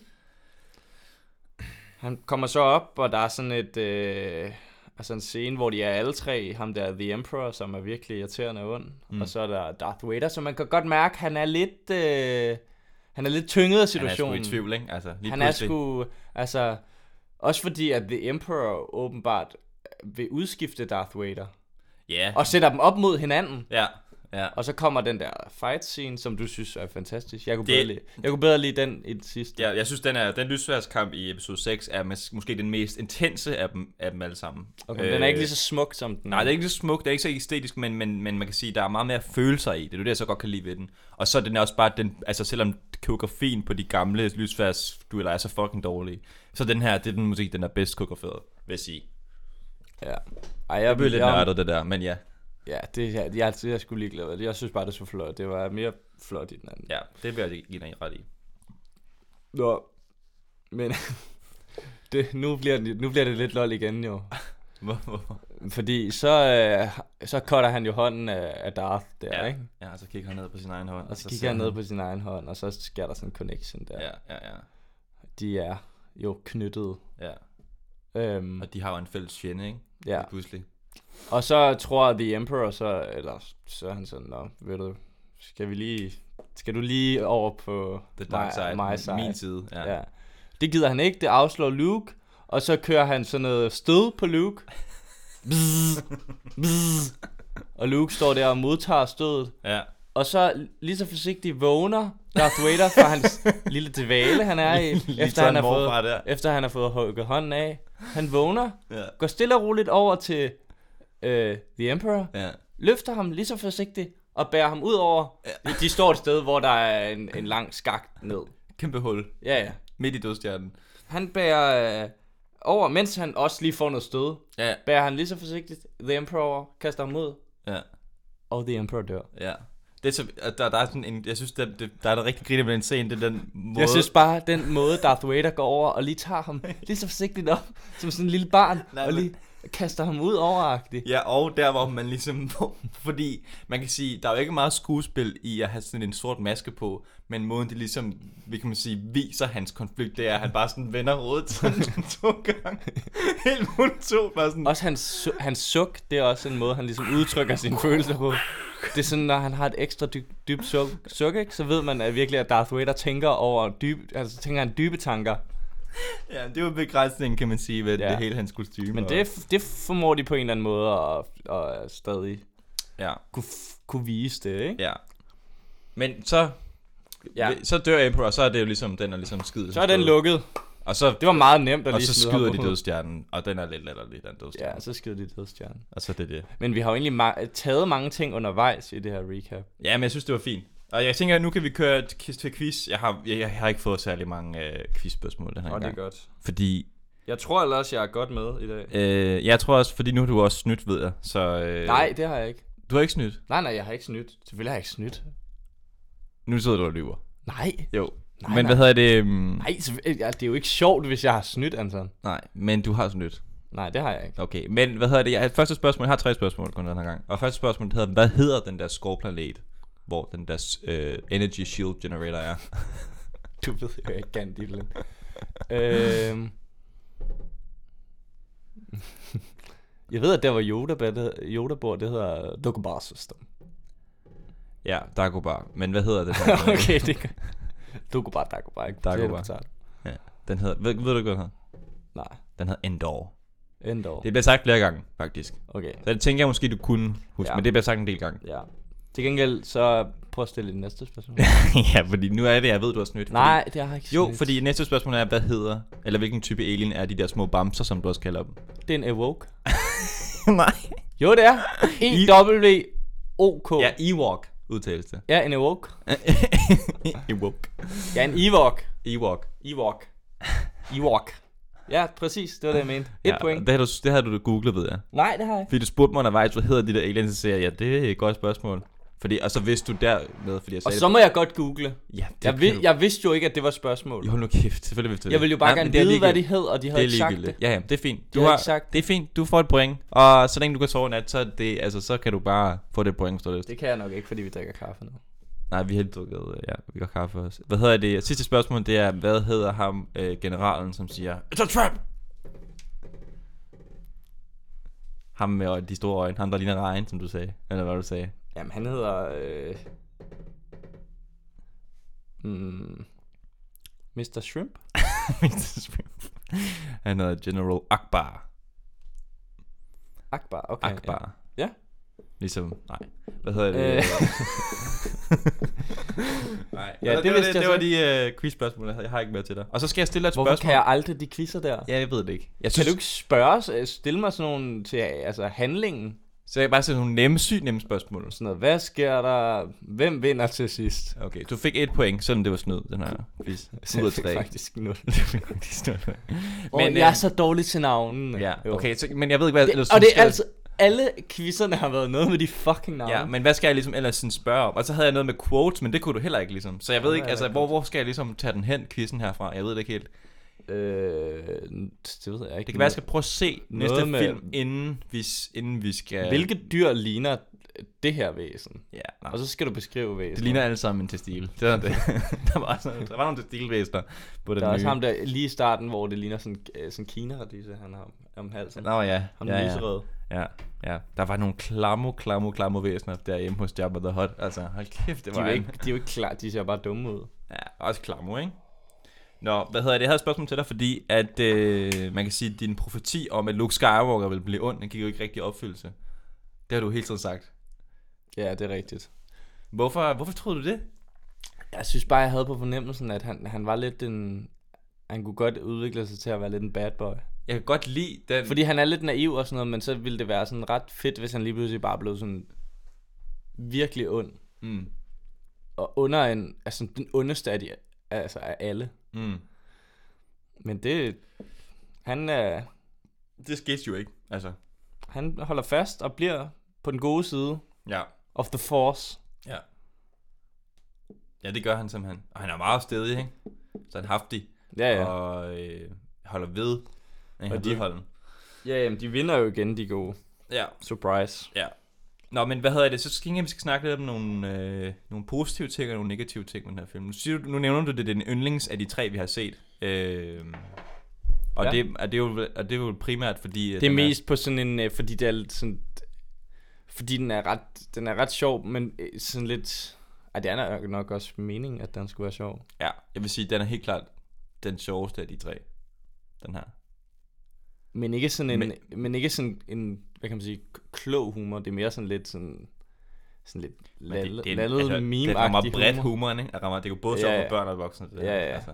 han kommer så op, og der er sådan et øh, altså en scene, hvor de er alle tre. Ham der The Emperor, som er virkelig irriterende og ond. Mm. Og så er der Darth Vader, så man kan godt mærke, han er lidt øh, han er lidt tynget af situationen. Han er sgu i tvivl, ikke? Altså, lige Han er pludselig. sgu, altså, også fordi at The Emperor åbenbart vil udskifte Darth Vader. Ja. Og sætter dem op mod hinanden. Ja. Ja. Og så kommer den der fight scene, som du synes er fantastisk. Jeg kunne, Det- bedre, lide. Jeg kunne bedre lide den i det sidste. Ja, jeg synes, den, er, den lysværskamp i episode seks er mås- måske den mest intense af dem, af dem alle sammen. Okay, øh, den er ikke lige så smuk som den. Nej, det er ikke så smukt, det er ikke så æstetisk, men, men, men man kan sige, der er meget mere følelser i. Det er jo det, jeg så godt kan lide ved den. Og så er den også bare, den, altså selvom koreografien på de gamle lysværsdueller er så fucking dårlige, så den her, det er den musik, den er bedst koreograferet, vil jeg sige. Ja. Ej, jeg, Jeg blev lidt jeg, nørdet det der, men ja. Ja, det, jeg, jeg, jeg er sgu ligeglad med det. Jeg synes bare, det er så flot. Det var mere flot i den anden. Ja, det vil jeg give dig ret i. Nå, men det, nu, bliver det, nu bliver det lidt lol igen jo. Hvorfor? Fordi så, øh, så cutter han jo hånden af, af Darth der, Ja, ikke? ja, og så kigger han ned på sin egen hånd. Og så kigger han ned på sin egen hånd, og så sker der sådan en connection der. Ja, ja, ja. De er jo knyttet. ja. Øhm, Og de har jo en fælles fjende, ikke? ja. Lige pludselig. Og så tror The Emperor så, eller så er han sådan, nå, ved du, skal vi lige, skal du lige over på The dark side, my side. min side. Ja. Ja. Det gider han ikke, det afslår Luke, og så kører han sådan noget stød på Luke. Bzz, bzz. Og Luke står der og modtager stødet. ja. Og så lige så forsigtigt vågner Darth Vader fra hans lille dvale, han er i, efter, han har fået, der. efter han har fået hugget hånden af. Han vågner, Ja. går stille og roligt over til øh, The Emperor, Ja. løfter ham lige så forsigtigt og bærer ham ud over. Ja. De står et sted, hvor der er en, en lang skakt ned. Kæmpe hul. Ja, ja. Midt i dødstjernen. Han bærer øh, over, mens han også lige får noget stød, Ja. bærer han lige så forsigtigt. The Emperor kaster ham ud, Ja. og The Emperor dør. Ja. Det er så, der, der er sådan en, jeg synes, der, det, der er der rigtig griner med den scene, det er den måde. Jeg synes bare, den måde Darth Vader går over og lige tager ham lige så forsigtigt op, som sådan en lille barn, Nej, og men- lige kaster ham ud overagtigt. Ja, og der hvor man ligesom, fordi man kan sige, der er jo ikke meget skuespil i at have sådan en sort maske på, men måden det ligesom, vi kan man sige, viser hans konflikt, det er, at han bare sådan vender hovedet sådan to gange. Helt monotont, bare sådan. Også hans, su- hans suk, det er også en måde, han ligesom udtrykker sine følelser på. Det er sådan, når han har et ekstra dyb, dybt suk, suk, ikke, så ved man at virkelig, at Darth Vader tænker over dyb, altså tænker han dybe tanker. Ja, det var begrænsningen, kan man sige, ved Ja. det hele hans kostyme. Men det, det formår de på en eller anden måde at, at stadig Ja, kunne, kunne vise det, ikke? ja. Men så, Ja. så dør Emperor, og så er det jo ligesom, den er ligesom skidt. Så er den lukket. Og så, Det var meget nemt at og lige så smide ham skyder de på. dødstjernen, og den er lidt latterlig, den dødstjerne. Ja, så skyder de dødstjernen. Og så er det det. Men vi har jo egentlig ma- taget mange ting undervejs i det her recap. Ja, men jeg synes, det var fint. Og jeg tænker, at nu kan vi køre et quiz til quiz. Jeg har, jeg, jeg har ikke fået særlig mange øh, quizspørgsmål den her Og det er gang. godt. Fordi, Jeg tror ellers, jeg er godt med i dag. øh, jeg tror også, fordi nu har du også snydt, ved jeg. Så, øh, Nej, det har jeg ikke. Du har ikke snydt? Nej, nej, jeg har ikke snydt. Selvfølgelig har jeg ikke snydt. Nu sidder du og lyver. Nej. Jo. Nej, men nej. hvad hedder det? Um... Nej, så, ja, det er jo ikke sjovt, hvis jeg har snydt, Anton. Nej, men du har snydt. Nej, det har jeg ikke. Okay, men hvad hedder det? Jeg har første spørgsmål, jeg har tre spørgsmål kun den her gang. Og første spørgsmål, det hedder, hvad hedder den der skovplanet, hvor den der øh, energy shield generator er? Du ved jo ikke, Gandillen. øhm. Jeg ved, at der var Yoda, det, Yoda bor, det hedder Dagobah System. Ja, Dagobah. Men hvad hedder det der? Okay, det kan... Dagobah, Dagobah, ikke? Dagobah. Det er det, Ja, den hedder, ved, ved du ikke, hvad den hedder? Nej, Den hedder Endor. Endor. Det bliver sagt flere gange, faktisk. Okay, Så det tænker jeg måske, du kunne huske, Ja. ja. men det bliver sagt en del gange. ja. Til gengæld, så prøv at stille det næste spørgsmål. Ja, fordi nu er det, jeg ved, du har snydt. Nej, det har jeg ikke Fordi, jo, snydt. fordi næste spørgsmål er, hvad hedder, eller hvilken type alien er de der små bamser, som du også kalder dem? Det er en Ewoke. Nej. Jo, det er. E W O K. Ja, Ewok udtales det. Ja, en Ewoke. Ewok. Ja, en Ewok. Ewok. Ewok. Ewok. Ja, præcis. Det var det, jeg mente. Et Ja, point. det havde, du, det havde du googlet, ved jeg. Nej, det har jeg ikke. Fordi du spurgte mig undervejs, hvad hedder de der aliens, så sagde jeg, ja, det er et godt spørgsmål. Fordi, og så vidste du dermed, fordi jeg Og sagde så må jeg godt google. det. Ja, det Jeg, kan vid, du. jeg vidste jo ikke, at det var et spørgsmål. Jo, hold nu kæft, selvfølgelig vidste du det. Jeg ville jo bare Nej, gerne men det er vide, hvad de ligegyldigt. hed, og de Det havde er ikke sagt det. ligegyldigt. Ja, ja, det er fint. De Du har har, ikke sagt det er fint, du får et point. Og så længe du kan sove i nat, så, er det, altså, så kan du bare få det point, står det. Det kan jeg nok ikke, fordi vi drikker kaffe nu. Nej, vi har helt drukket, ja, vi går kaffe også. Hvad hedder det? Sidste spørgsmål, det er, hvad hedder ham, øh, generalen, som siger, it's a trap! Ham med de store øjne, ham der ligner regn, som du sagde, eller hvad du sagde. Jamen, han hedder... Øh... Mm, mister Shrimp? Han hedder General Akbar. Akbar, okay. Akbar. Ja. Ligesom, nej. Hvad hedder det? Øh. nej. Ja, det, det, var, det, det, det var de uh, quiz-spørgsmål, jeg har ikke mere til dig. Og så skal jeg stille dig et Hvorfor spørgsmål. kan jeg aldrig de quizzer der? Ja, jeg ved det ikke. Jeg synes... Kan du ikke spørge, stille mig sådan nogle til altså handlingen? Så jeg kan bare stille nogle nemme, sygt nemme spørgsmål. Sådan noget, hvad sker der? Hvem vinder til sidst? Okay, du fik et point, selvom det var snyd, den her quiz. Så jeg fik faktisk nul. Du fik faktisk nul. Men jeg er så dårlig til navnen. Ja, okay, så, men jeg ved ikke, hvad... Det, ellers, og det er skal... altid... Alle quizzerne har været noget med de fucking navne. Ja, men hvad skal jeg ligesom ellers sådan spørge om? Og så havde jeg noget med quotes, men det kunne du heller ikke ligesom. Så jeg ved ikke, altså, hvor, hvor skal jeg ligesom tage den hen, quizzen herfra? Jeg ved det ikke helt. Øh, det ved jeg ikke. Det kan være, jeg skal prøve at se noget næste med... film, inden vi, inden vi skal... Hvilke dyr ligner det her væsen? Ja, nej. Og så skal du beskrive væsen. Det ligner alle sammen en testil. Det var det. der, var sådan, der var nogle testilvæsener på den Der er nye. også ham der lige i starten, hvor det ligner sådan en kina-radise, han har om halsen. Nå ja. Ham ja, lyserød. Ja, ja. Der var nogle klamo, klamo, klamo væsener derhjemme hos Jabba the Hutt. Altså, hold kæft, det var de er, en... ikke, de er jo ikke klar, de ser bare dumme ud. Ja, også klamo, ikke? Nå, hvad hedder det? Jeg havde et spørgsmål til dig, fordi at øh, man kan sige, at din profeti om, at Luke Skywalker ville blive ond, den gik jo ikke rigtig i opfyldelse. Det har du hele tiden sagt. Ja, det er rigtigt. Hvorfor, hvorfor troede du det? Jeg synes bare, jeg havde på fornemmelsen, at han, han var lidt en... Han kunne godt udvikle sig til at være lidt en bad boy. Jeg kan godt lide den... Fordi han er lidt naiv og sådan noget, men så ville det være sådan ret fedt, hvis han lige pludselig bare blev sådan virkelig ond. Mm. Og under en... Altså den ondeste af de... Altså af alle. Mm. Men det... Han er... Det skete jo ikke, altså. Han holder fast og bliver på den gode side. Ja. Of the force. Ja. Ja, det gør han simpelthen. Og han er meget stedig, ikke? Så han er haftig. Ja, ja. Og øh, holder ved. Nej, Og de- holden. Ja, jamen, de vinder jo igen, de gode. Ja. Surprise. Ja. Nå, men hvad hedder det? Så skal vi skal snakke lidt om nogle, øh, nogle positive ting og nogle negative ting med den her film. Nu, siger du, nu nævner du, det er den yndlings af de tre, vi har set. Øh, og, Ja. det, og, det er jo, og det er jo primært fordi... at Det er den mest på sådan en... øh, Fordi det er lidt sådan... Fordi den er ret, den er ret sjov, men øh, sådan lidt... Ej, det er nok- nok også meningen, at den skulle være sjov. Ja, jeg vil sige, den er helt klart den sjoveste af de tre. Den her. Men ikke sådan en... Men- Men, men ikke sådan en... Hvad kan man sige? k- Klog humor. Det er mere sådan lidt sådan... Sådan lidt Men lallet, det, lallet altså, meme-agtig det rammer bredt humor. humoren, ikke? Det, rammer, det kan både sjovt Ja, for ja. børn og voksne. Det Ja, her, ja. Altså.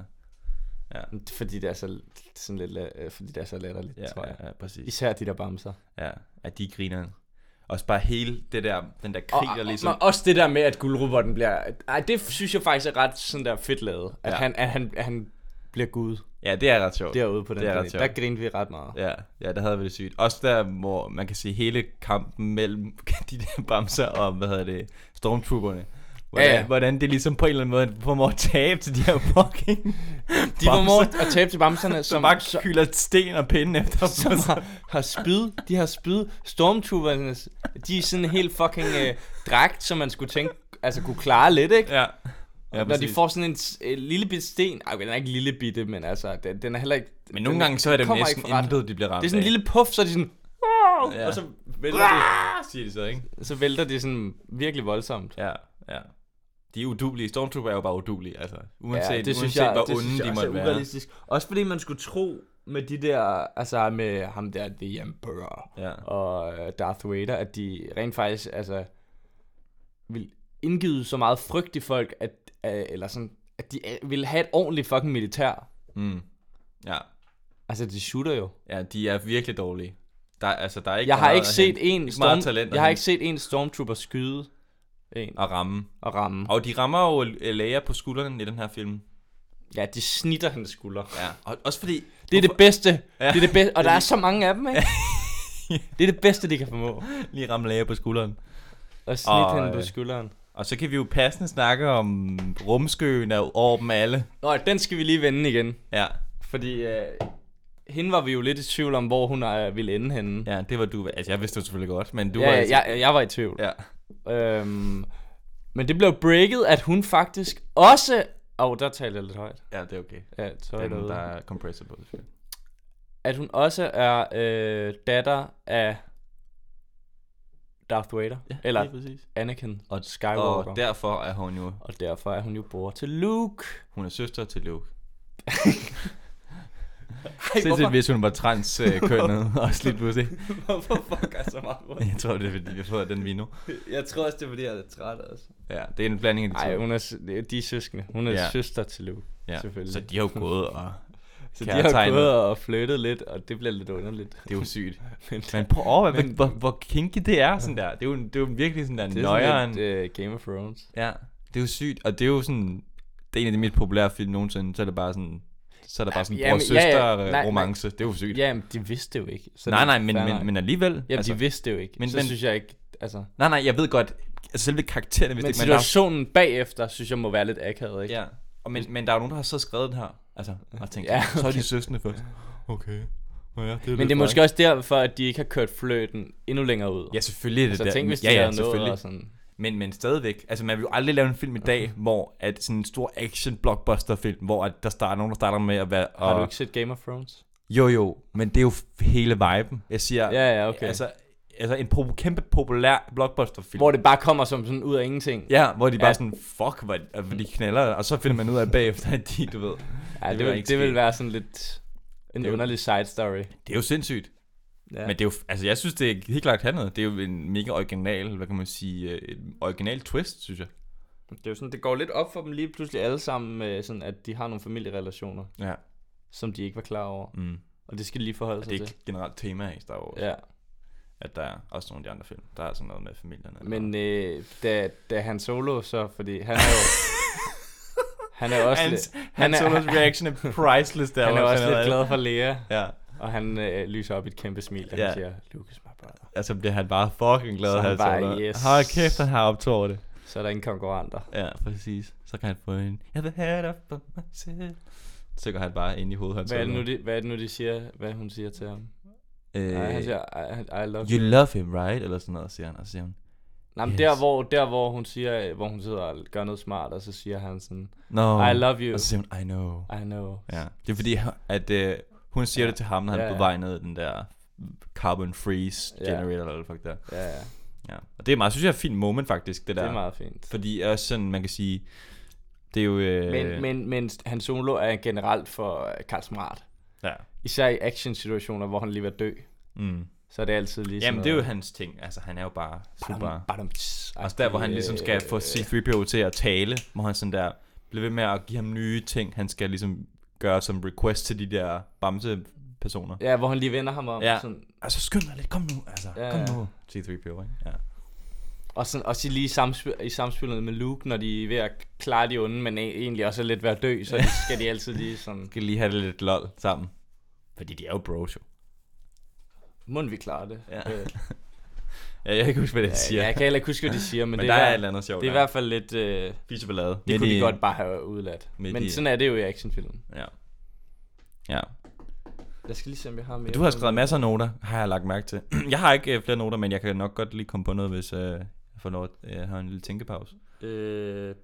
Fordi det er så, sådan lidt... la- Fordi det er så latterligt, Ja, tror jeg. ja, ja, præcis. Især de der bamser. Ja, at de griner. Også bare hele det der, den der krig, Og, der og, ligesom... og også det der med, at guldrobotten bliver... Ej, det synes jeg faktisk er ret sådan der fedt lavet. At, Ja. han, at, han, at han bliver gud Ja, det er ret sjovt. derude på den Det er ret planet. sjovt. Der grinede vi ret meget. Ja, ja, der havde vi det sygt. Også der, hvor man kan se hele kampen mellem de der bamser og, hvad hedder det, stormtrooperne. Hvordan, Ja, ja. hvordan det ligesom på en eller anden måde formår at tabe til de her fucking De formår at tabe til bamserne, som som, bare som, kyler sten og pinde efter som dem. har, har spyd. De har spyd. Stormtrooperne, de er sådan en helt fucking øh, dragt, som man skulle tænke, altså kunne klare lidt, ikke? Ja, ja Når de præcis. får sådan en s- øh, lille bitte sten. Ej, den er ikke lille bitte, men altså, den, den er heller ikke... Men nogle den gange så er det kommer næsten ikke fra ret. intet, de bliver ramt Det er sådan en af. lille puff, så er de sådan... Wow! Ja. Og så vælter de, Siger de så, ikke? så vælter de sådan virkelig voldsomt. Ja, ja. De er udulige. Stormtrooper er jo bare udulige, altså. Uanset, Ja, det synes uanset jeg, hvor det onde synes jeg de også måtte er være. urealistisk. Også fordi man skulle tro med de der, altså med ham der, The Emperor, Ja. og øh, Darth Vader, at de rent faktisk, altså, vil indgive så meget frygt i folk, at, øh, eller sådan, at de øh, vil have et ordentligt fucking militær. Mm. Ja. Altså, de shooter jo. Ja, de er virkelig dårlige. Der, er- altså, der er ikke Jeg har meget ikke at set hente. en Ikke meget storm, talent at jeg har hente. ikke set en stormtrooper skyde en At ramme. og ramme. Og de rammer jo Leia på skulderen i den her film. Ja, de snitter hendes skulder. Ja. Og også fordi... Det er det bedste. Ja. Det er det bedste. Og der er så mange af dem, ikke? Det er det bedste, de kan formå. Lige ramme Leia på skulderen. Og snitte Og, hende på øh, skulderen. Og så kan vi jo passende snakke om rumskøen er over dem alle. Nå, den skal vi lige vende igen. Ja. Fordi øh, hende var vi jo lidt i tvivl om, hvor hun øh, ville ende henne. Ja, det var du. Altså, jeg vidste det selvfølgelig godt, men du ja, var... ja, jeg, jeg var i tvivl. Ja. Øhm, men det blev breaket, at hun faktisk også... Åh, oh, der talte jeg lidt højt. Ja, det er okay. Ja, så er Den, derude. der er compressor på det. At hun også er øh, datter af Darth Vader. Ja, eller lige præcis. Anakin Og, Skywalker. og derfor er hun jo... Og derfor er hun jo bror til Luke. Hun er søster til Luke. Sindssygt, hvis hun var transkønnet øh, også lige pludselig. Hvorfor fuck er så meget rundt? Jeg tror, det er, fordi vi får den vino. Jeg tror også, det er, fordi jeg er træt også. Ja, det er en blanding af de to. Nej, hun er, de er søskende. Hun er Ja. søster til Luke, Ja, selvfølgelig. så de har jo gået og Så de har kærtegnet. gået og flyttet lidt, og det bliver lidt underligt. Det er jo sygt. men, Men prøv at overveje, Men- hvor, hvor, hvor kinky det er sådan der. Det er jo, det er jo virkelig sådan der det er nøjeren. sådan lidt uh, Game of Thrones. Ja, det er jo sygt. Og det er jo sådan, det er en af de mest populære film nogensinde. Så er det bare sådan, så er der bare sådan en Jamen, ja, ja. Nej, nej. bror-søster-romance. Det er jo sygt. Ja, men de vidste det jo ikke. Så nej, det, nej, men, fair men, nok. men alligevel. Jamen, altså, de vidste det jo ikke. men- Så men- synes jeg ikke, altså... Nej, nej, jeg ved godt, altså selve karakteren vidste Men ikke, men der er- situationen bagefter, synes jeg må være lidt akavet, ikke? Ja, og men, men der er jo nogen, der har så skrevet den her. Altså, og tænkt, Ja, ja, så er okay. de søskende først. Okay. Nå ja, det er Men det er måske også derfor, at de ikke har kørt fløten endnu længere ud. Ja, selvfølgelig er det Så der. tænk, hvis de ja, ja, havde noget selvfølgelig. og sådan... Men, men stadigvæk, altså man vil jo aldrig lave en film i dag, hvor at sådan en stor action blockbuster film, hvor at der starter nogen, der starter med at være... Og, Har du ikke set Game of Thrones? Jo jo, men det er jo f- hele viben. Jeg siger, Ja, ja, okay. altså, altså en po- kæmpe populær blockbuster film. Hvor det bare kommer som sådan ud af ingenting. Ja, hvor de bare Ja. sådan, fuck, hvor, hvor de knaller, og så finder man ud af bagefter, at de, du ved... Ja, det, vil vil, ikke det vil ske. være sådan lidt en Det er jo- underlig side story. Det er jo sindssygt. Ja. Men det er jo, altså jeg synes, det er helt klart han noget. Det er jo en mega original, hvad kan man sige, øh, et original twist, synes jeg. Det er jo sådan, det går lidt op for dem lige pludselig alle sammen, med sådan, at de har nogle familierelationer, Ja. som de ikke var klar over. Mm. Og det skal de lige forholde Og sig det er til. ikke generelt tema i Star Wars. Ja, At der er også nogle af de andre film. Der er sådan noget med familierne. men øh, da, da Han Solo så, fordi han er jo... han er jo også Hans, lidt, han han er- Solos reaction er priceless der. han er hvor også lidt er- glad for Lea, Ja. og han øh, lyser op i et kæmpe smil, da Ja. han siger, Lucas, my brother. Altså bliver han bare fucking glad. Så han Han bare, Solo. yes. Hold kæft, han har optog over det. Så er der ingen konkurrenter. Ja, præcis. Så kan han få en... Jeg vil have dig for mig selv. Så går han bare ind i hovedet. Han Hvad er, det nu, de, hvad er det nu, de siger, hvad hun siger til ham? Øh, Nej, han siger, I, I love you you. love him, right? Eller sådan noget, siger han. Og så siger hun, Nej, men Yes. der, hvor, der hvor hun siger, hvor hun sidder og gør noget smart, og så siger han sådan, no. I love you. Og så siger hun, I know. I know. Ja, det er fordi, at øh, hun siger Ja. det til ham, når han Ja, er ja. på vej ned i den der carbon freeze Ja. generator, eller hvad det fuck der. Ja, ja. Ja. Og det er meget, synes jeg, er et fint moment faktisk, det der. Det er meget fint. Fordi også sådan, man kan sige, det er jo... Øh, Men, men, men Han Solo er generelt for øh, Karl Smart. Ja. Især i action-situationer, hvor han lige vil dø. Mm. Så er det altid lige Jamen, sådan det er jo noget- hans ting. Altså, han er jo bare super... Badum, badum, tss, Også der, hvor han ligesom skal få C tre P O til at tale, hvor han sådan der bliver ved med at give ham nye ting, han skal ligesom gøre som request til de der bamse-personer. Ja, hvor han lige vender ham om. Ja. Sådan, Altså, skynd dig lidt, kom nu, altså, Ja, kom ja. nu. C tre P O, ikke? Ja. og sådan, også lige i, samspil, i samspillet med Luke, når de er ved at klare de onde, men e- egentlig også er lidt ved at dø, så skal de altid lige sådan, Skal lige have det lidt lol sammen. Fordi de er jo bros, jo. må vi klare det? Ja. Øh, Ja, jeg kan ikke huske, hvad det ja, siger. jeg kan heller ikke huske, hvad de siger, men, men det, der er, er et hver- eller andet sjovt. det er i hvert fald lidt... Øh, Fise ballade. det Midt kunne de i- godt bare have udladt. midt Men i- sådan er det jo i actionfilmen. Ja. Ja. Jeg skal lige se, om jeg har mere. Du har skrevet masser af noter, har jeg lagt mærke til. Jeg har ikke øh, flere noter, men jeg kan nok godt lige komme på noget, hvis øh, jeg får lov at øh, have en lille tænkepause. Øh...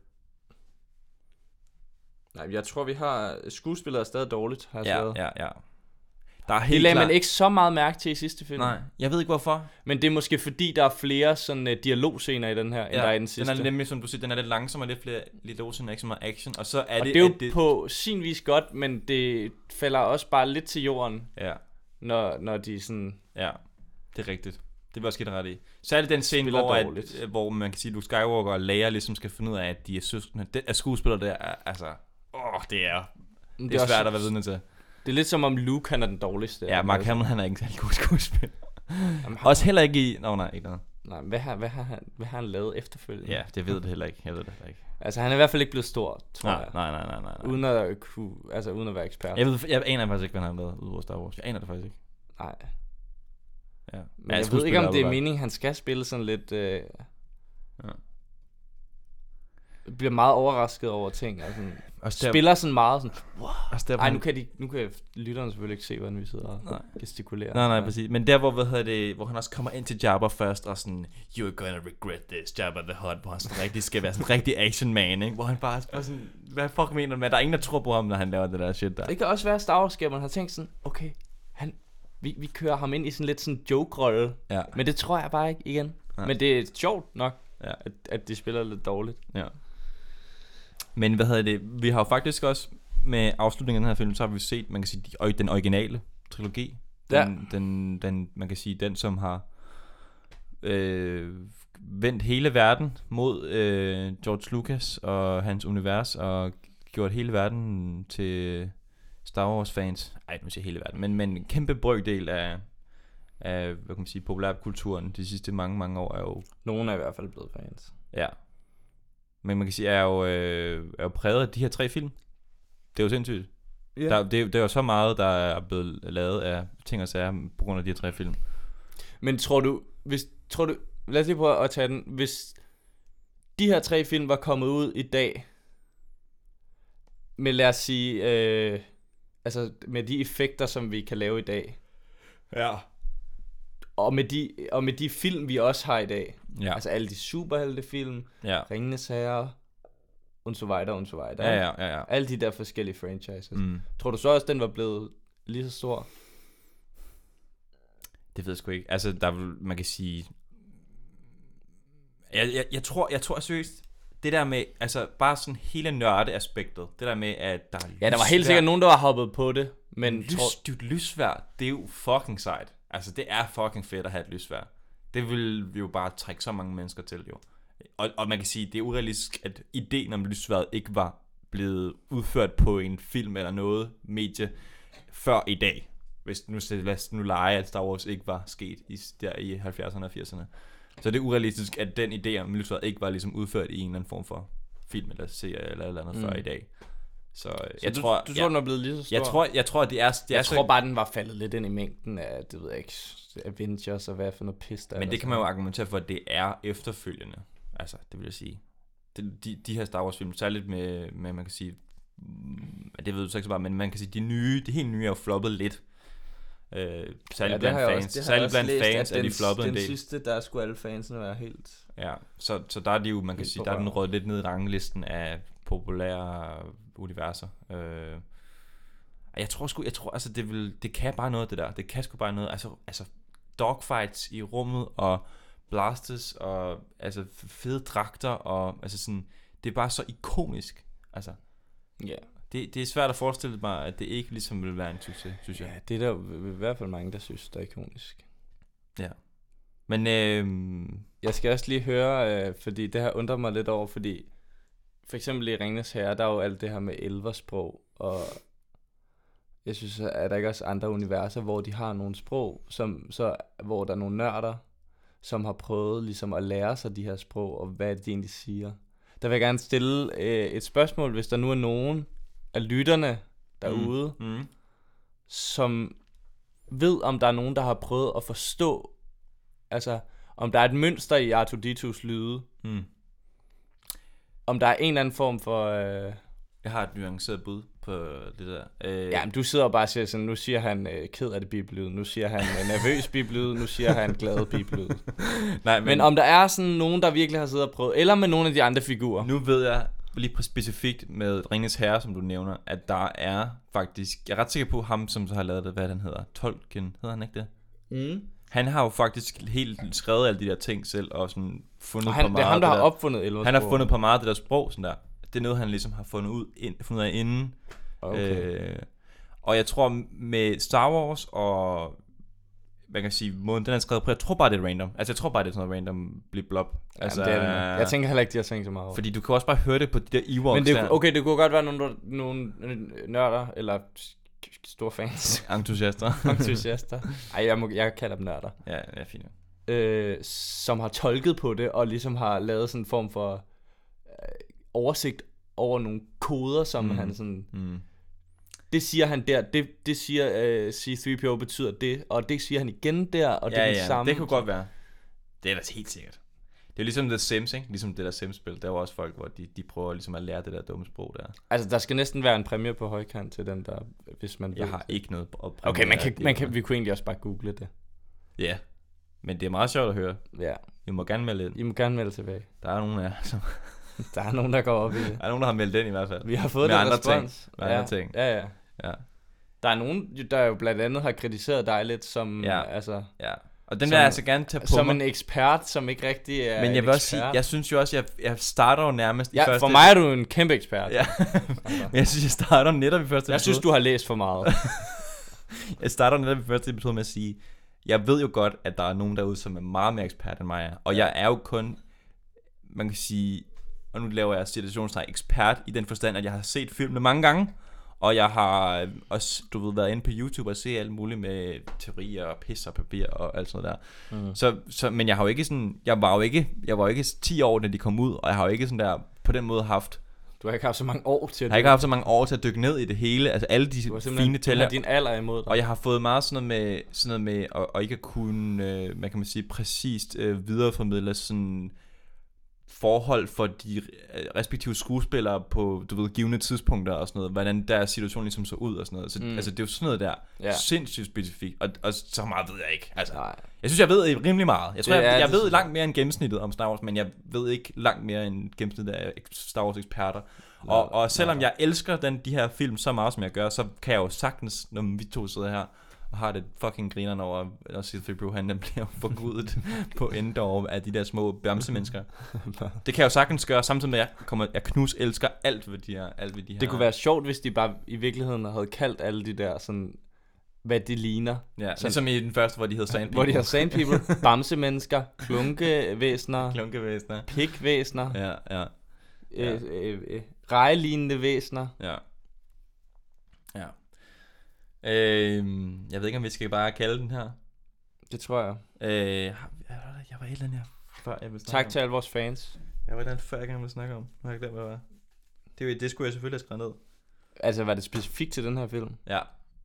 Nej, jeg tror, vi har... Skuespillet er stadig dårligt, har jeg Ja, skrevet. ja, ja. Der er Det helt lagde klart... man ikke så meget mærke til i sidste film. Nej, jeg ved ikke hvorfor. Men det er måske fordi, der er flere sådan uh, dialogscener i den her, end der er i den sidste. Den er nemlig, som du siger, den er lidt langsom og lidt flere lidt osen, ikke så meget action. Og så er og det... det er jo at det... på sin vis godt, men det falder også bare lidt til jorden, Ja, når, når de sådan... ja. Det er rigtigt. Det var også ret ret i. Særligt den scene, Spiller hvor, at, dårligt. hvor man kan sige, at Luke Skywalker og Leia ligesom skal finde ud af, at de er søskende. Det er skuespillere der, er, altså... Åh, det er... Det Det er også- svært at være vidne til. Det er lidt som om Luke, han er den dårligste. Ja, Mark Hamill, han er ikke en særlig god skuespiller. Jamen, han- Også heller ikke i... Nå, nej, ikke noget. Nej, hvad har, hvad, har han, hvad har han lavet efterfølgende? Ja, det ved det heller ikke. Jeg ved det heller ikke. Altså, han er i hvert fald ikke blevet stor, tror Nej, jeg. nej, nej, nej, nej. nej. Uden at, kunne, altså, uden at være ekspert. Jeg, ved, jeg aner faktisk ikke, hvad han har lavet udover Star Wars. Jeg aner det faktisk ikke. Nej. Ja. Men jeg ved ikke, om det er meningen, han skal spille sådan lidt... Øh, Ja. bliver meget overrasket over ting. Og sådan, Også der, spiller sådan meget sådan... også der, hvor Ej, han- nu kan, de, nu kan lytterne selvfølgelig ikke se, hvordan vi sidder og Nej. gestikulerer. Nej, nej, Ja. præcis. Men der, hvor, hvad hedder det, hvor han også kommer ind til Jabba først, og sådan, you're gonna regret this, Jabba the Hutt, hvor han sådan rigtig skal være sådan en rigtig action man, ikke? Hvor han bare er sådan, hvad fuck mener du med, der er ingen, der tror på ham, når han laver det der shit der. Det kan også være, at Star Wars-skaberne har tænkt sådan, okay, han, vi, vi kører ham ind i sådan lidt sådan joke-rolle. Ja, Men det tror jeg bare ikke igen. Nej. Men det er sjovt nok, ja, at, at de spiller lidt dårligt. ja. Men hvad hedder det, vi har jo faktisk også med afslutningen af den her film, så har vi set, man kan sige, de, den originale trilogi. Den, ja. den, den, man kan sige, den som har øh, vendt hele verden mod øh, George Lucas og hans univers, og gjort hele verden til Star Wars fans. Ej, nu siger hele verden, men, men en kæmpe brøkdel af, af, hvad kan man sige, populærkulturen de sidste mange, mange år er jo... Nogen er i hvert fald blevet fans. Ja. Men man kan sige, er jo, øh, er jo præget af de her tre film. Det er jo sindssygt. Yeah. Der, det, det er jo så meget, der er blevet lavet af ting og sager på grund af de her tre film. Men tror du, hvis, tror du, lad os lige prøve at tage den. Hvis de her tre film var kommet ud i dag, med lad os sige, øh, altså med de effekter, som vi kan lave i dag. Ja. Og med de, og med de film, vi også har i dag. Ja. Altså alle de superheltefilm, ja. Ringenes Herre, und so weiter, und so weiter. Ja, ja, ja, ja. Alle de der forskellige franchises. Mm. Tror du så også, den var blevet lige så stor? Det ved jeg sgu ikke. Altså, der vil, man kan sige... Jeg, jeg, jeg tror, jeg tror seriøst, det der med, altså bare sådan hele nørdeaspektet, det der med, at der er ja, der var helt sikkert nogen, der var hoppet på det, men... Lys, tror... Det lysvær, det er jo fucking sejt. Altså, det er fucking fedt at have et lysvær. Det vil jo bare trække så mange mennesker til, jo. Og, og man kan sige, det er urealistisk, at ideen om lysværet ikke var blevet udført på en film eller noget medie før i dag. Hvis nu, lad os nu lege, at Star Wars ikke var sket i, der i halvfjerdserne og firserne. Så det er urealistisk, at den idé om lysværet ikke var ligesom udført i en eller anden form for film eller serie eller eller andet mm. før i dag. Så, så jeg du, tror, du tror, ja, den er blevet lige så stor? Jeg tror, jeg tror, det er... Det jeg er tror så... bare, den var faldet lidt ind i mængden af, det ved jeg ikke, Avengers og hvad for noget pis der. Men det kan man jo argumentere for, at det er efterfølgende. Altså, det vil jeg sige. De, de, de her Star Wars film, særligt med, med, man kan sige, det ved du så ikke så meget, men man kan sige, de nye, de helt nye er jo floppet lidt. Øh, særligt ja, blandt fans. Også, særligt blandt læst, fans er de floppet en del. Den sidste, der skulle alle fansene være helt... Ja, så, så der er de jo, man kan sige, der er den rødt lidt ned i ranglisten af populære universer. Øh, jeg tror sgu, jeg tror, altså det vil, det kan bare noget det der. Det kan sgu bare noget, altså, altså dogfights i rummet og blasters og altså fede dragter og altså sådan, det er bare så ikonisk. Altså, ja. Yeah. Det, det er svært at forestille mig, at det ikke ligesom vil være en succes, synes jeg. Ja, det er der i hvert fald mange, der synes, der er ikonisk. Ja. Men øh... jeg skal også lige høre, øh, fordi det her undrer mig lidt over, fordi for eksempel i Ringenes Herre, der er jo alt det her med elversprog, og jeg synes, at der ikke også andre universer, hvor de har nogle sprog, som, så, hvor der er nogle nørder, som har prøvet ligesom at lære sig de her sprog, og hvad de egentlig siger. Der vil jeg gerne stille øh, et spørgsmål, hvis der nu er nogen af lytterne derude, mm. Mm. som ved, om der er nogen, der har prøvet at forstå, altså om der er et mønster i R to D to's lyde, mm. om der er en eller anden form for... Øh, jeg har et nuanceret bud på det der. Øh... Ja, men du sidder bare og siger sådan, nu siger han øh, ked af det bibelyd, nu siger han øh, nervøs bibelyd, nu siger han glad bibelyd. Nej, men... men om der er sådan nogen, der virkelig har siddet og prøvet, eller med nogle af de andre figurer. Nu ved jeg lige specifikt med Ringenes Herre, som du nævner, at der er faktisk, jeg er ret sikker på ham, som så har lavet det, hvad han hedder, Tolkien, hedder han ikke det? Mm. Han har jo faktisk helt skrevet alle de der ting selv, og sådan fundet og han, på meget. Det er ham, der har der, opfundet elversprog. Han har fundet på meget af det der sprog, sådan der. Det er noget, han ligesom har fundet ud, ind, fundet af inden. Okay. Øh, og jeg tror med Star Wars og man kan sige, måden den er skrevet på, jeg tror bare det er random. Altså jeg tror bare det er sådan noget random blip blop. Altså, det er det. Jeg tænker heller ikke, de har tænkt så meget over. Fordi du kan også bare høre det på de der Ewoks. Men det, okay, det kunne godt være nogle, nogle nørder, eller store fans. Entusiaster. Entusiaster. Ej, jeg, må, jeg kalder dem nørder. Ja, det er fint. Øh, som har tolket på det, og ligesom har lavet sådan en form for øh, oversigt over nogle koder, som mm. han sådan... Mm. Det siger han der, det, det siger uh, C tre P O betyder det, og det siger han igen der, og ja, det er det ja, samme. Det kunne godt være. Det er da helt sikkert. Det er ligesom The Sims, ikke? Ligesom det der Sims-spil. Der er også folk, hvor de, de prøver ligesom at lære det der dumme sprog der. Altså, der skal næsten være en præmie på højkant til den der, hvis man... Jeg har det. Ikke noget på okay, man kan, man kan, vi kunne egentlig også bare google det. Ja, men det er meget sjovt at høre. Ja. I må gerne melde ind. I må gerne melde tilbage. Der er nogen af som... Der er nogen, der går op i det. Der er nogen, der har meldt ind i hvert fald. Vi har fået med den andre respons. Ting. Med ja. andre ting. Ja, ja. Ja. Der er nogen, der jo blandt andet har kritiseret dig lidt som, ja. altså... Ja. Og den som, vil jeg altså gerne tage på som mig. en ekspert, som ikke rigtig er Men jeg vil også sige, jeg synes jo også, jeg, jeg starter jo nærmest ja, i første... for mig er du en kæmpe ekspert. Ja, men jeg synes, jeg starter netop i første Jeg episode. synes, du har læst for meget. Jeg starter netop i første episode med at sige, jeg ved jo godt, at der er nogen derude, som er meget mere ekspert end mig er. Og jeg er jo kun, man kan sige, og nu laver jeg situationstegn, ekspert i den forstand, at jeg har set filmene mange gange. Og jeg har også, du ved, været inde på YouTube og se alt muligt med teorier og pis og papir og alt sådan der. Mm. Så, så, men jeg har jo ikke sådan, jeg var jo ikke, jeg var jo ikke ti år, da de kom ud, og jeg har jo ikke sådan der, på den måde haft. Du har ikke haft så mange år til at Jeg har ikke haft så mange år til at dykke ned i det hele, altså alle de fine tæller. Du har din alder imod dig. Og jeg har fået meget sådan noget med, sådan noget med at, at ikke at kunne, øh, hvad kan man sige, præcist øh, videreformidle sådan forhold for de respektive skuespillere på, du ved, givne tidspunkter og sådan noget, hvordan deres situation ligesom så ud og sådan noget. Så mm. altså, det er jo sådan noget der, ja. Sindssygt specifikt, og, og så meget ved jeg ikke. Altså, nej. Jeg synes, jeg ved rimelig meget. Jeg tror, jeg, jeg, jeg ved langt mere end gennemsnittet om Star Wars, men jeg ved ikke langt mere end gennemsnittet af Star Wars eksperter. Nej, og, og selvom nej. jeg elsker den, de her film så meget, som jeg gør, så kan jeg jo sagtens, når vi to sidder her, og har det fucking grinerne over, at C tre P O han bliver forgudet på Endor af de der små bamsemennesker. Det kan jeg jo sagtens gøre, samtidig med at jeg, kommer, jeg knus elsker alt ved de her, alt ved de her. Det kunne være sjovt, hvis de bare i virkeligheden havde kaldt alle de der sådan, hvad de ligner. Ja, sådan, ligesom i den første, hvor de hed Sand People. Hvor de hed Sand People, bamsemennesker, klunkevæsner, klunkevæsner, pikvæsner, ja, ja. Øh, øh, øh, rejelignende væsner. Ja. Ja. Øh, jeg ved ikke, om vi skal bare kalde den her. Det tror jeg. Øh, jeg var helt anden her før jeg ville Tak om. til alle vores fans. Jeg var den før jeg gerne ville snakke om. Nu har jeg glemt, hvad det var. Det, det skulle jeg selvfølgelig have skrevet ned. Altså, var det specifikt til den her film? Ja.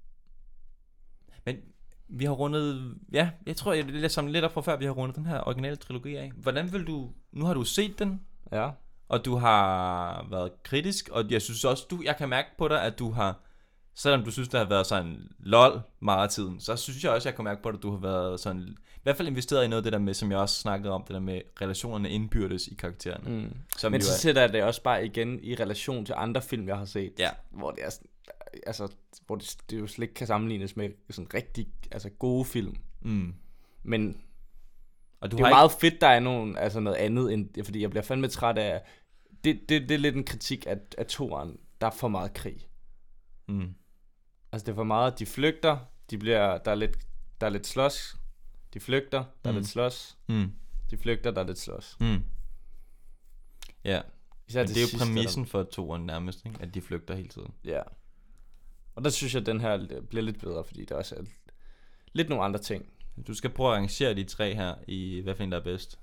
Men vi har rundet... Ja, jeg tror, jeg vil samle lidt op fra før, vi har rundet den her originale trilogi af. Hvordan vil du... Nu har du set den. Ja. Og du har været kritisk. Og jeg synes også, du, jeg kan mærke på dig, at du har... Selvom du synes, det har været sådan lol meget af tiden, så synes jeg også, jeg kan mærke på dig, at du har været sådan... I hvert fald investeret i noget af det der med, som jeg også snakkede om, det der med relationerne indbyrdes i karaktererne. Mm. Men så er... sætter jeg det også bare igen i relation til andre film, jeg har set. Ja. Hvor det er sådan, altså, hvor det, det jo slet ikke kan sammenlignes med sådan rigtig altså gode film. Mm. Men og du det er har jo meget ikke... fedt, der er nogen, altså noget andet, end, fordi jeg bliver fandme træt af... Det, det, det er lidt en kritik af, af toeren. Der er for meget krig. Mm. Altså det er for meget, de flygter, de bliver, der er lidt, der er lidt slås, de flygter, der mm. er lidt slås, mm. de flygter, der er lidt slås. Mm. Ja, især det, det det er jo sidste, præmissen der... for toeren nærmest, ikke? At de flygter hele tiden. Ja, og der synes jeg, at den her bliver lidt bedre, fordi der også er lidt nogle andre ting. Du skal prøve at arrangere de tre her i, hvad finder der er bedst?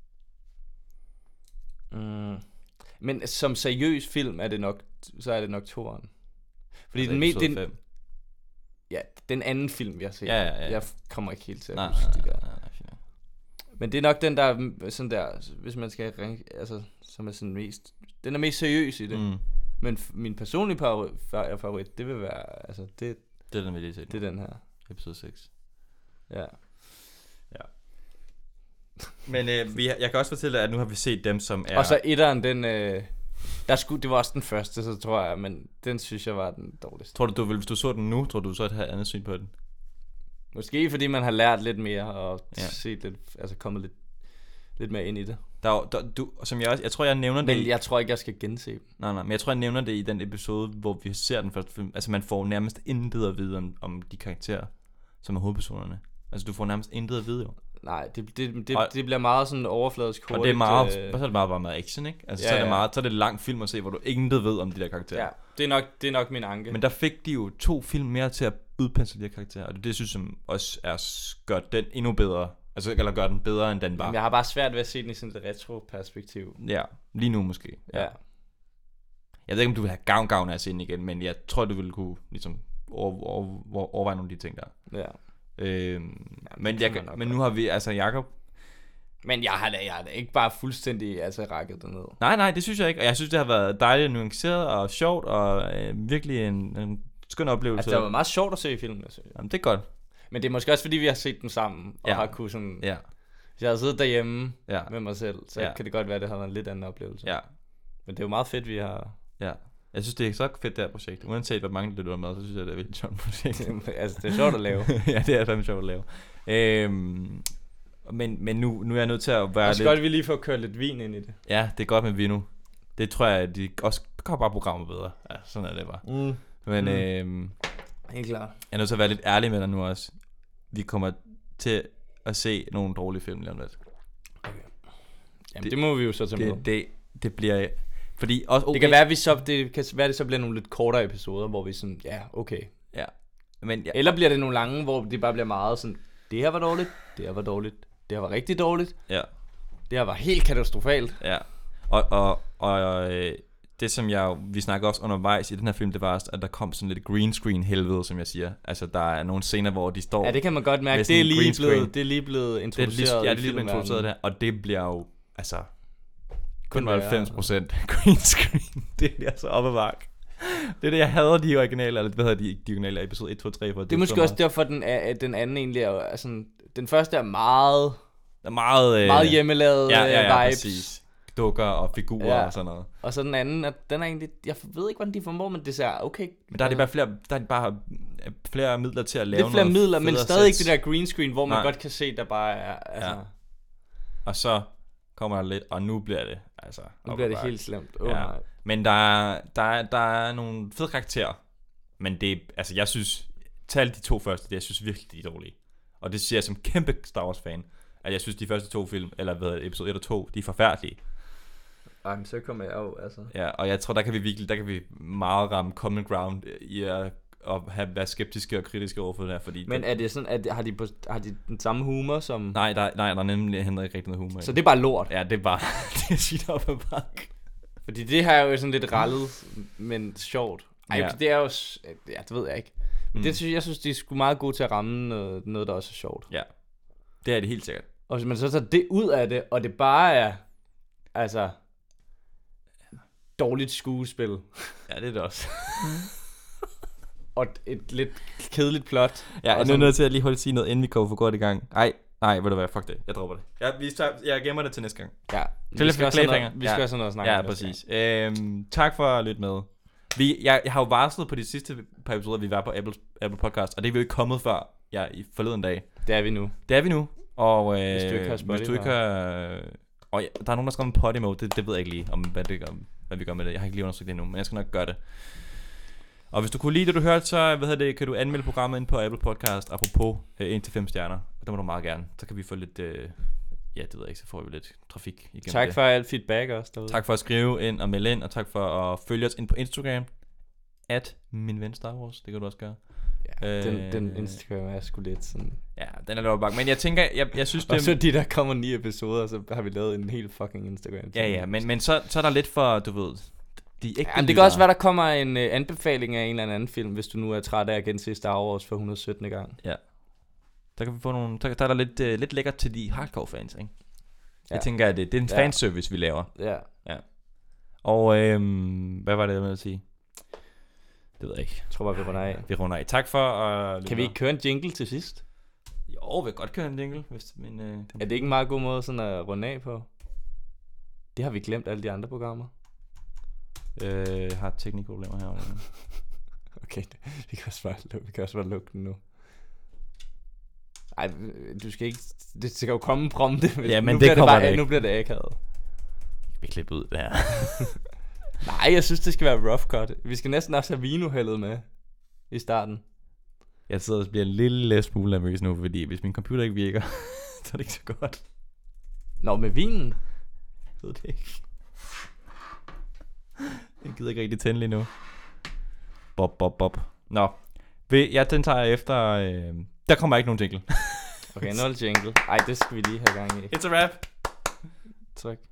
Mm. Men som seriøs film er det nok, så er det nok toeren. Fordi altså den, me- den, fem. ja, den anden film, vi har set, ja, ja, ja. jeg kommer ikke helt til at nej, huske nej, det der. Nej, nej, nej. Men det er nok den der, sådan der, hvis man skal ringe, altså, som er sådan mest, den er mest seriøs i det. Mm. Men f- min personlige favorit, favorit, det vil være, altså, det, det er den, vi lige set. Det er den her. Episode seks. Ja. Ja. Men øh, vi, jeg kan også fortælle dig, at nu har vi set dem, som er... Og så etteren, den, øh, der skulle, det var også den første, så tror jeg, men den synes jeg var den dårligste. Tror du, du vil, hvis du så den nu, tror du så at have et andet syn på den? Måske fordi man har lært lidt mere og ja. set lidt, altså kommet lidt, lidt mere ind i det. Der, der, du, som jeg også, jeg tror jeg nævner det. Men jeg tror ikke jeg skal gense dem. Nej, nej, men jeg tror jeg nævner det i den episode, hvor vi ser den første film. Altså man får nærmest intet at vide om, om de karakterer, som er hovedpersonerne. Altså du får nærmest intet at vide jo. Nej, det, det, det, og, det bliver meget sådan overfladisk hurtigt. Og det er meget, øh... så er det bare, bare meget action, ikke? Altså ja, så er det ja. meget, så er det lang film at se, hvor du intet ved om de der karakterer. Ja, det er nok, det er nok min anke. Men der fik de jo to film mere til at udpensle de her karakterer, og det, det synes jeg også er gør den endnu bedre. Altså eller gør den bedre end den var. Jamen, jeg har bare svært ved at se den i sådan et retro perspektiv. Ja, lige nu måske. Ja. ja. Jeg ved ikke om du vil have gavn gavn af at se den igen, men jeg tror du ville kunne ligesom over, over, over, overveje nogle af de ting der. Ja. Øhm, ja, men, jeg, men nu har vi, altså Jakob. Men jeg har da, jeg har da ikke bare fuldstændig altså rakket derned. Nej, nej, det synes jeg ikke. Og jeg synes, det har været dejligt nuanceret og sjovt, og øh, virkelig en, en skøn oplevelse. Altså, det var meget sjovt at se i filmen. Altså. Jamen, det er godt. Men det er måske også, fordi vi har set dem sammen, og ja. har kunnet sådan... Ja. Hvis jeg havde siddet derhjemme ja. med mig selv, så ja. kan det godt være, at det har været en lidt anden oplevelse. Ja. Men det er jo meget fedt, vi har... Ja. Jeg synes, det er så fedt, det her projekt. Uanset hvor mange det lytter med, så synes jeg, det er et vildt sjovt projekt. Altså, det er sjovt at lave. Ja, det er fandme sjovt at lave. øhm, men, men nu, nu er jeg nødt til at være lidt... lidt... godt, vi lige får kørt lidt vin ind i det. Ja, det er godt med vino. Det tror jeg, at de også kommer bare programmer bedre. Ja, sådan er det bare. Mm. Men Mm. øhm, Helt klart. jeg er nødt til at være lidt ærlig med dig nu også. Vi kommer til at se nogle dårlige film lige om lidt. Okay. Jamen, Det- det, det må vi jo så tage med. Det, det, det bliver... Fordi også, okay, Det kan være, at vi så, det kan være, det så bliver nogle lidt kortere episoder, hvor vi sådan, ja, okay. Ja. Men ja, Eller bliver det nogle lange, hvor det bare bliver meget sådan, det her var dårligt, det her var dårligt, det her var rigtig dårligt, ja, det her var helt katastrofalt. ja. Og, og, og øh, det som jeg, vi snakker også undervejs i den her film, det var også, at der kom sådan lidt green screen helvede, som jeg siger. Altså der er nogle scener, hvor de står... Ja, det kan man godt mærke. med Det er, sådan en lige green screen. blevet, det er lige blevet det er introduceret. lige, ja, det er lige blevet filmverdenen. introduceret der, og det bliver jo, altså, kun Kun værre. halvfems procent green screen. Det bliver så op ad bakke. Det er det, jeg hader de originale, eller hvad hedder de, de originale episode et, to, tre, for Det er måske også derfor, den, er, den anden egentlig er, er sådan, den første er meget, er meget, øh, meget hjemmelavet ja, ja, ja, vibes. Præcis. Dukker og figurer Ja. og sådan noget. Og så den anden, at den er egentlig, jeg ved ikke, hvordan de formår, men det ser okay. Men der er det bare flere, der er det bare øh, flere midler til at lave Lidt flere noget midler, men federe stadig ikke sets. det der green screen, hvor man Nej. godt kan se, der bare er, altså, Ja. Og så kommer der lidt, og nu bliver det, altså... nu op bliver ad det bakke. helt slemt. Oh, Ja. nej. Men der er, der, er, der er nogle fede karakterer. Men det, altså jeg synes, til alle de to første, det, jeg synes virkelig, de er dårlige. Og det siger jeg som kæmpe Star Wars fan, at jeg synes, de første to film, eller hvad, episode et og to, de er forfærdelige. Ej, men så kommer jeg jo, altså. Ja, og jeg tror, der kan vi virkelig, der kan vi meget ramme common ground i at, at have, være skeptiske og kritiske overfor det her, fordi... Men det, er det sådan, at har de, på, har de den samme humor som... nej, der, nej, der er nemlig heller ikke rigtig noget humor i. Så det er bare lort. Ja, det er bare, det er sygt op ad bakke. Fordi det her er jo sådan lidt rallet, men sjovt. Ej, Ja. ja. det er jo... s- Ja, det ved jeg ikke. Men Mm. det synes jeg synes, de er sgu meget gode til at ramme noget, noget der også er sjovt. Ja, det er det helt sikkert. Og hvis man så tager det ud af det, og det bare er... Altså... Dårligt skuespil. Ja, det er det også. Og et lidt kedeligt plot. Ja, og jeg er sådan- nødt til at lige holde sige noget, inden vi går for godt i gang. Ej, nej, ved du hvad, fuck det. Jeg dropper det. Ja, vi tager, jeg gemmer det til næste gang. Ja, Til vi skal også have noget, cliffhanger. vi skal Ja. også have noget at snakke Ja, om næste præcis. Øhm, tak for at lytte med. Vi, jeg, jeg har jo varslet på de sidste par episoder, at vi var på Apple, Apple Podcast, og det er vi jo ikke kommet før ja, i forleden dag. gang. Det er vi nu. Det er vi nu. Og øh, Hvis du ikke har hvis du Spotify. ikke har... Og ja, der er nogen, der skal om Podimo. Det, det ved jeg ikke lige, om hvad, det gør, hvad vi gør med det. Jeg har ikke lige undersøgt det endnu, men jeg skal nok gøre det. Og hvis du kunne lide det, du hørte, så hvad hedder det, kan du anmelde programmet ind på Apple Podcast, apropos øh, en til fem stjerner. Det må du meget gerne. Så kan vi få lidt... Øh, ja, det ved jeg ikke, så får vi lidt trafik igennem Tak det. for alt feedback også derude. Tak for at skrive ind og melde ind, og tak for at følge os ind på Instagram. At min ven Star Wars, det kan du også gøre. Ja, den, Øh, den Instagram er sgu lidt sådan... Ja, den er lidt overbakke. Men jeg tænker, jeg, jeg synes, det Og så de der kommer ni episoder, så har vi lavet en helt fucking Instagram. Ja, ja, men, men så, så er der lidt for, du ved, de ægte Ja, det kan også være, der kommer en uh, anbefaling af en eller anden film, hvis du nu er træt af at gense Star Wars for et hundrede og syttende gang. Ja. Der kan vi få nogle, der, der er der lidt, uh, lidt lækkert til de hardcore fans, ikke? Ja. Ja. Jeg tænker, at det, det er en Ja. fanservice, vi laver. Ja. Og øhm, hvad var det, jeg ville sige? Det ved jeg ikke. Jeg tror bare, vi runder af. Vi runder af. Tak for at... Kan vi ikke køre en jingle til sidst? Jo, vi kan godt køre en jingle, hvis men, øh, Er det ikke en meget god måde sådan at runde af på? Det har vi glemt alle de andre programmer. øh, har teknikproblemer her. Okay, vi kan også bare, lu- vi kan også bare lukke den nu. Ej, du skal ikke... Det skal jo komme prompte. Ja, men nu det bliver kommer bare, det ikke. Nu bliver det akavet. Vi klipper ud det her. Nej, jeg synes, det skal være rough cut. Vi skal næsten også have vinohældet med i starten. Jeg sidder og bliver en lille smule nervøs nu, fordi hvis min computer ikke virker, så er det ikke så godt. Nå, med vinen? Jeg ved det ikke. Jeg gider ikke rigtig tænde lige nu. Bob, bob, bob. Nå, Ved- ja, den tager jeg efter... Øh, der kommer ikke nogen jingle. Okay, nul jingle. Ej, det skal vi lige have gang i. It's a wrap. Tryk.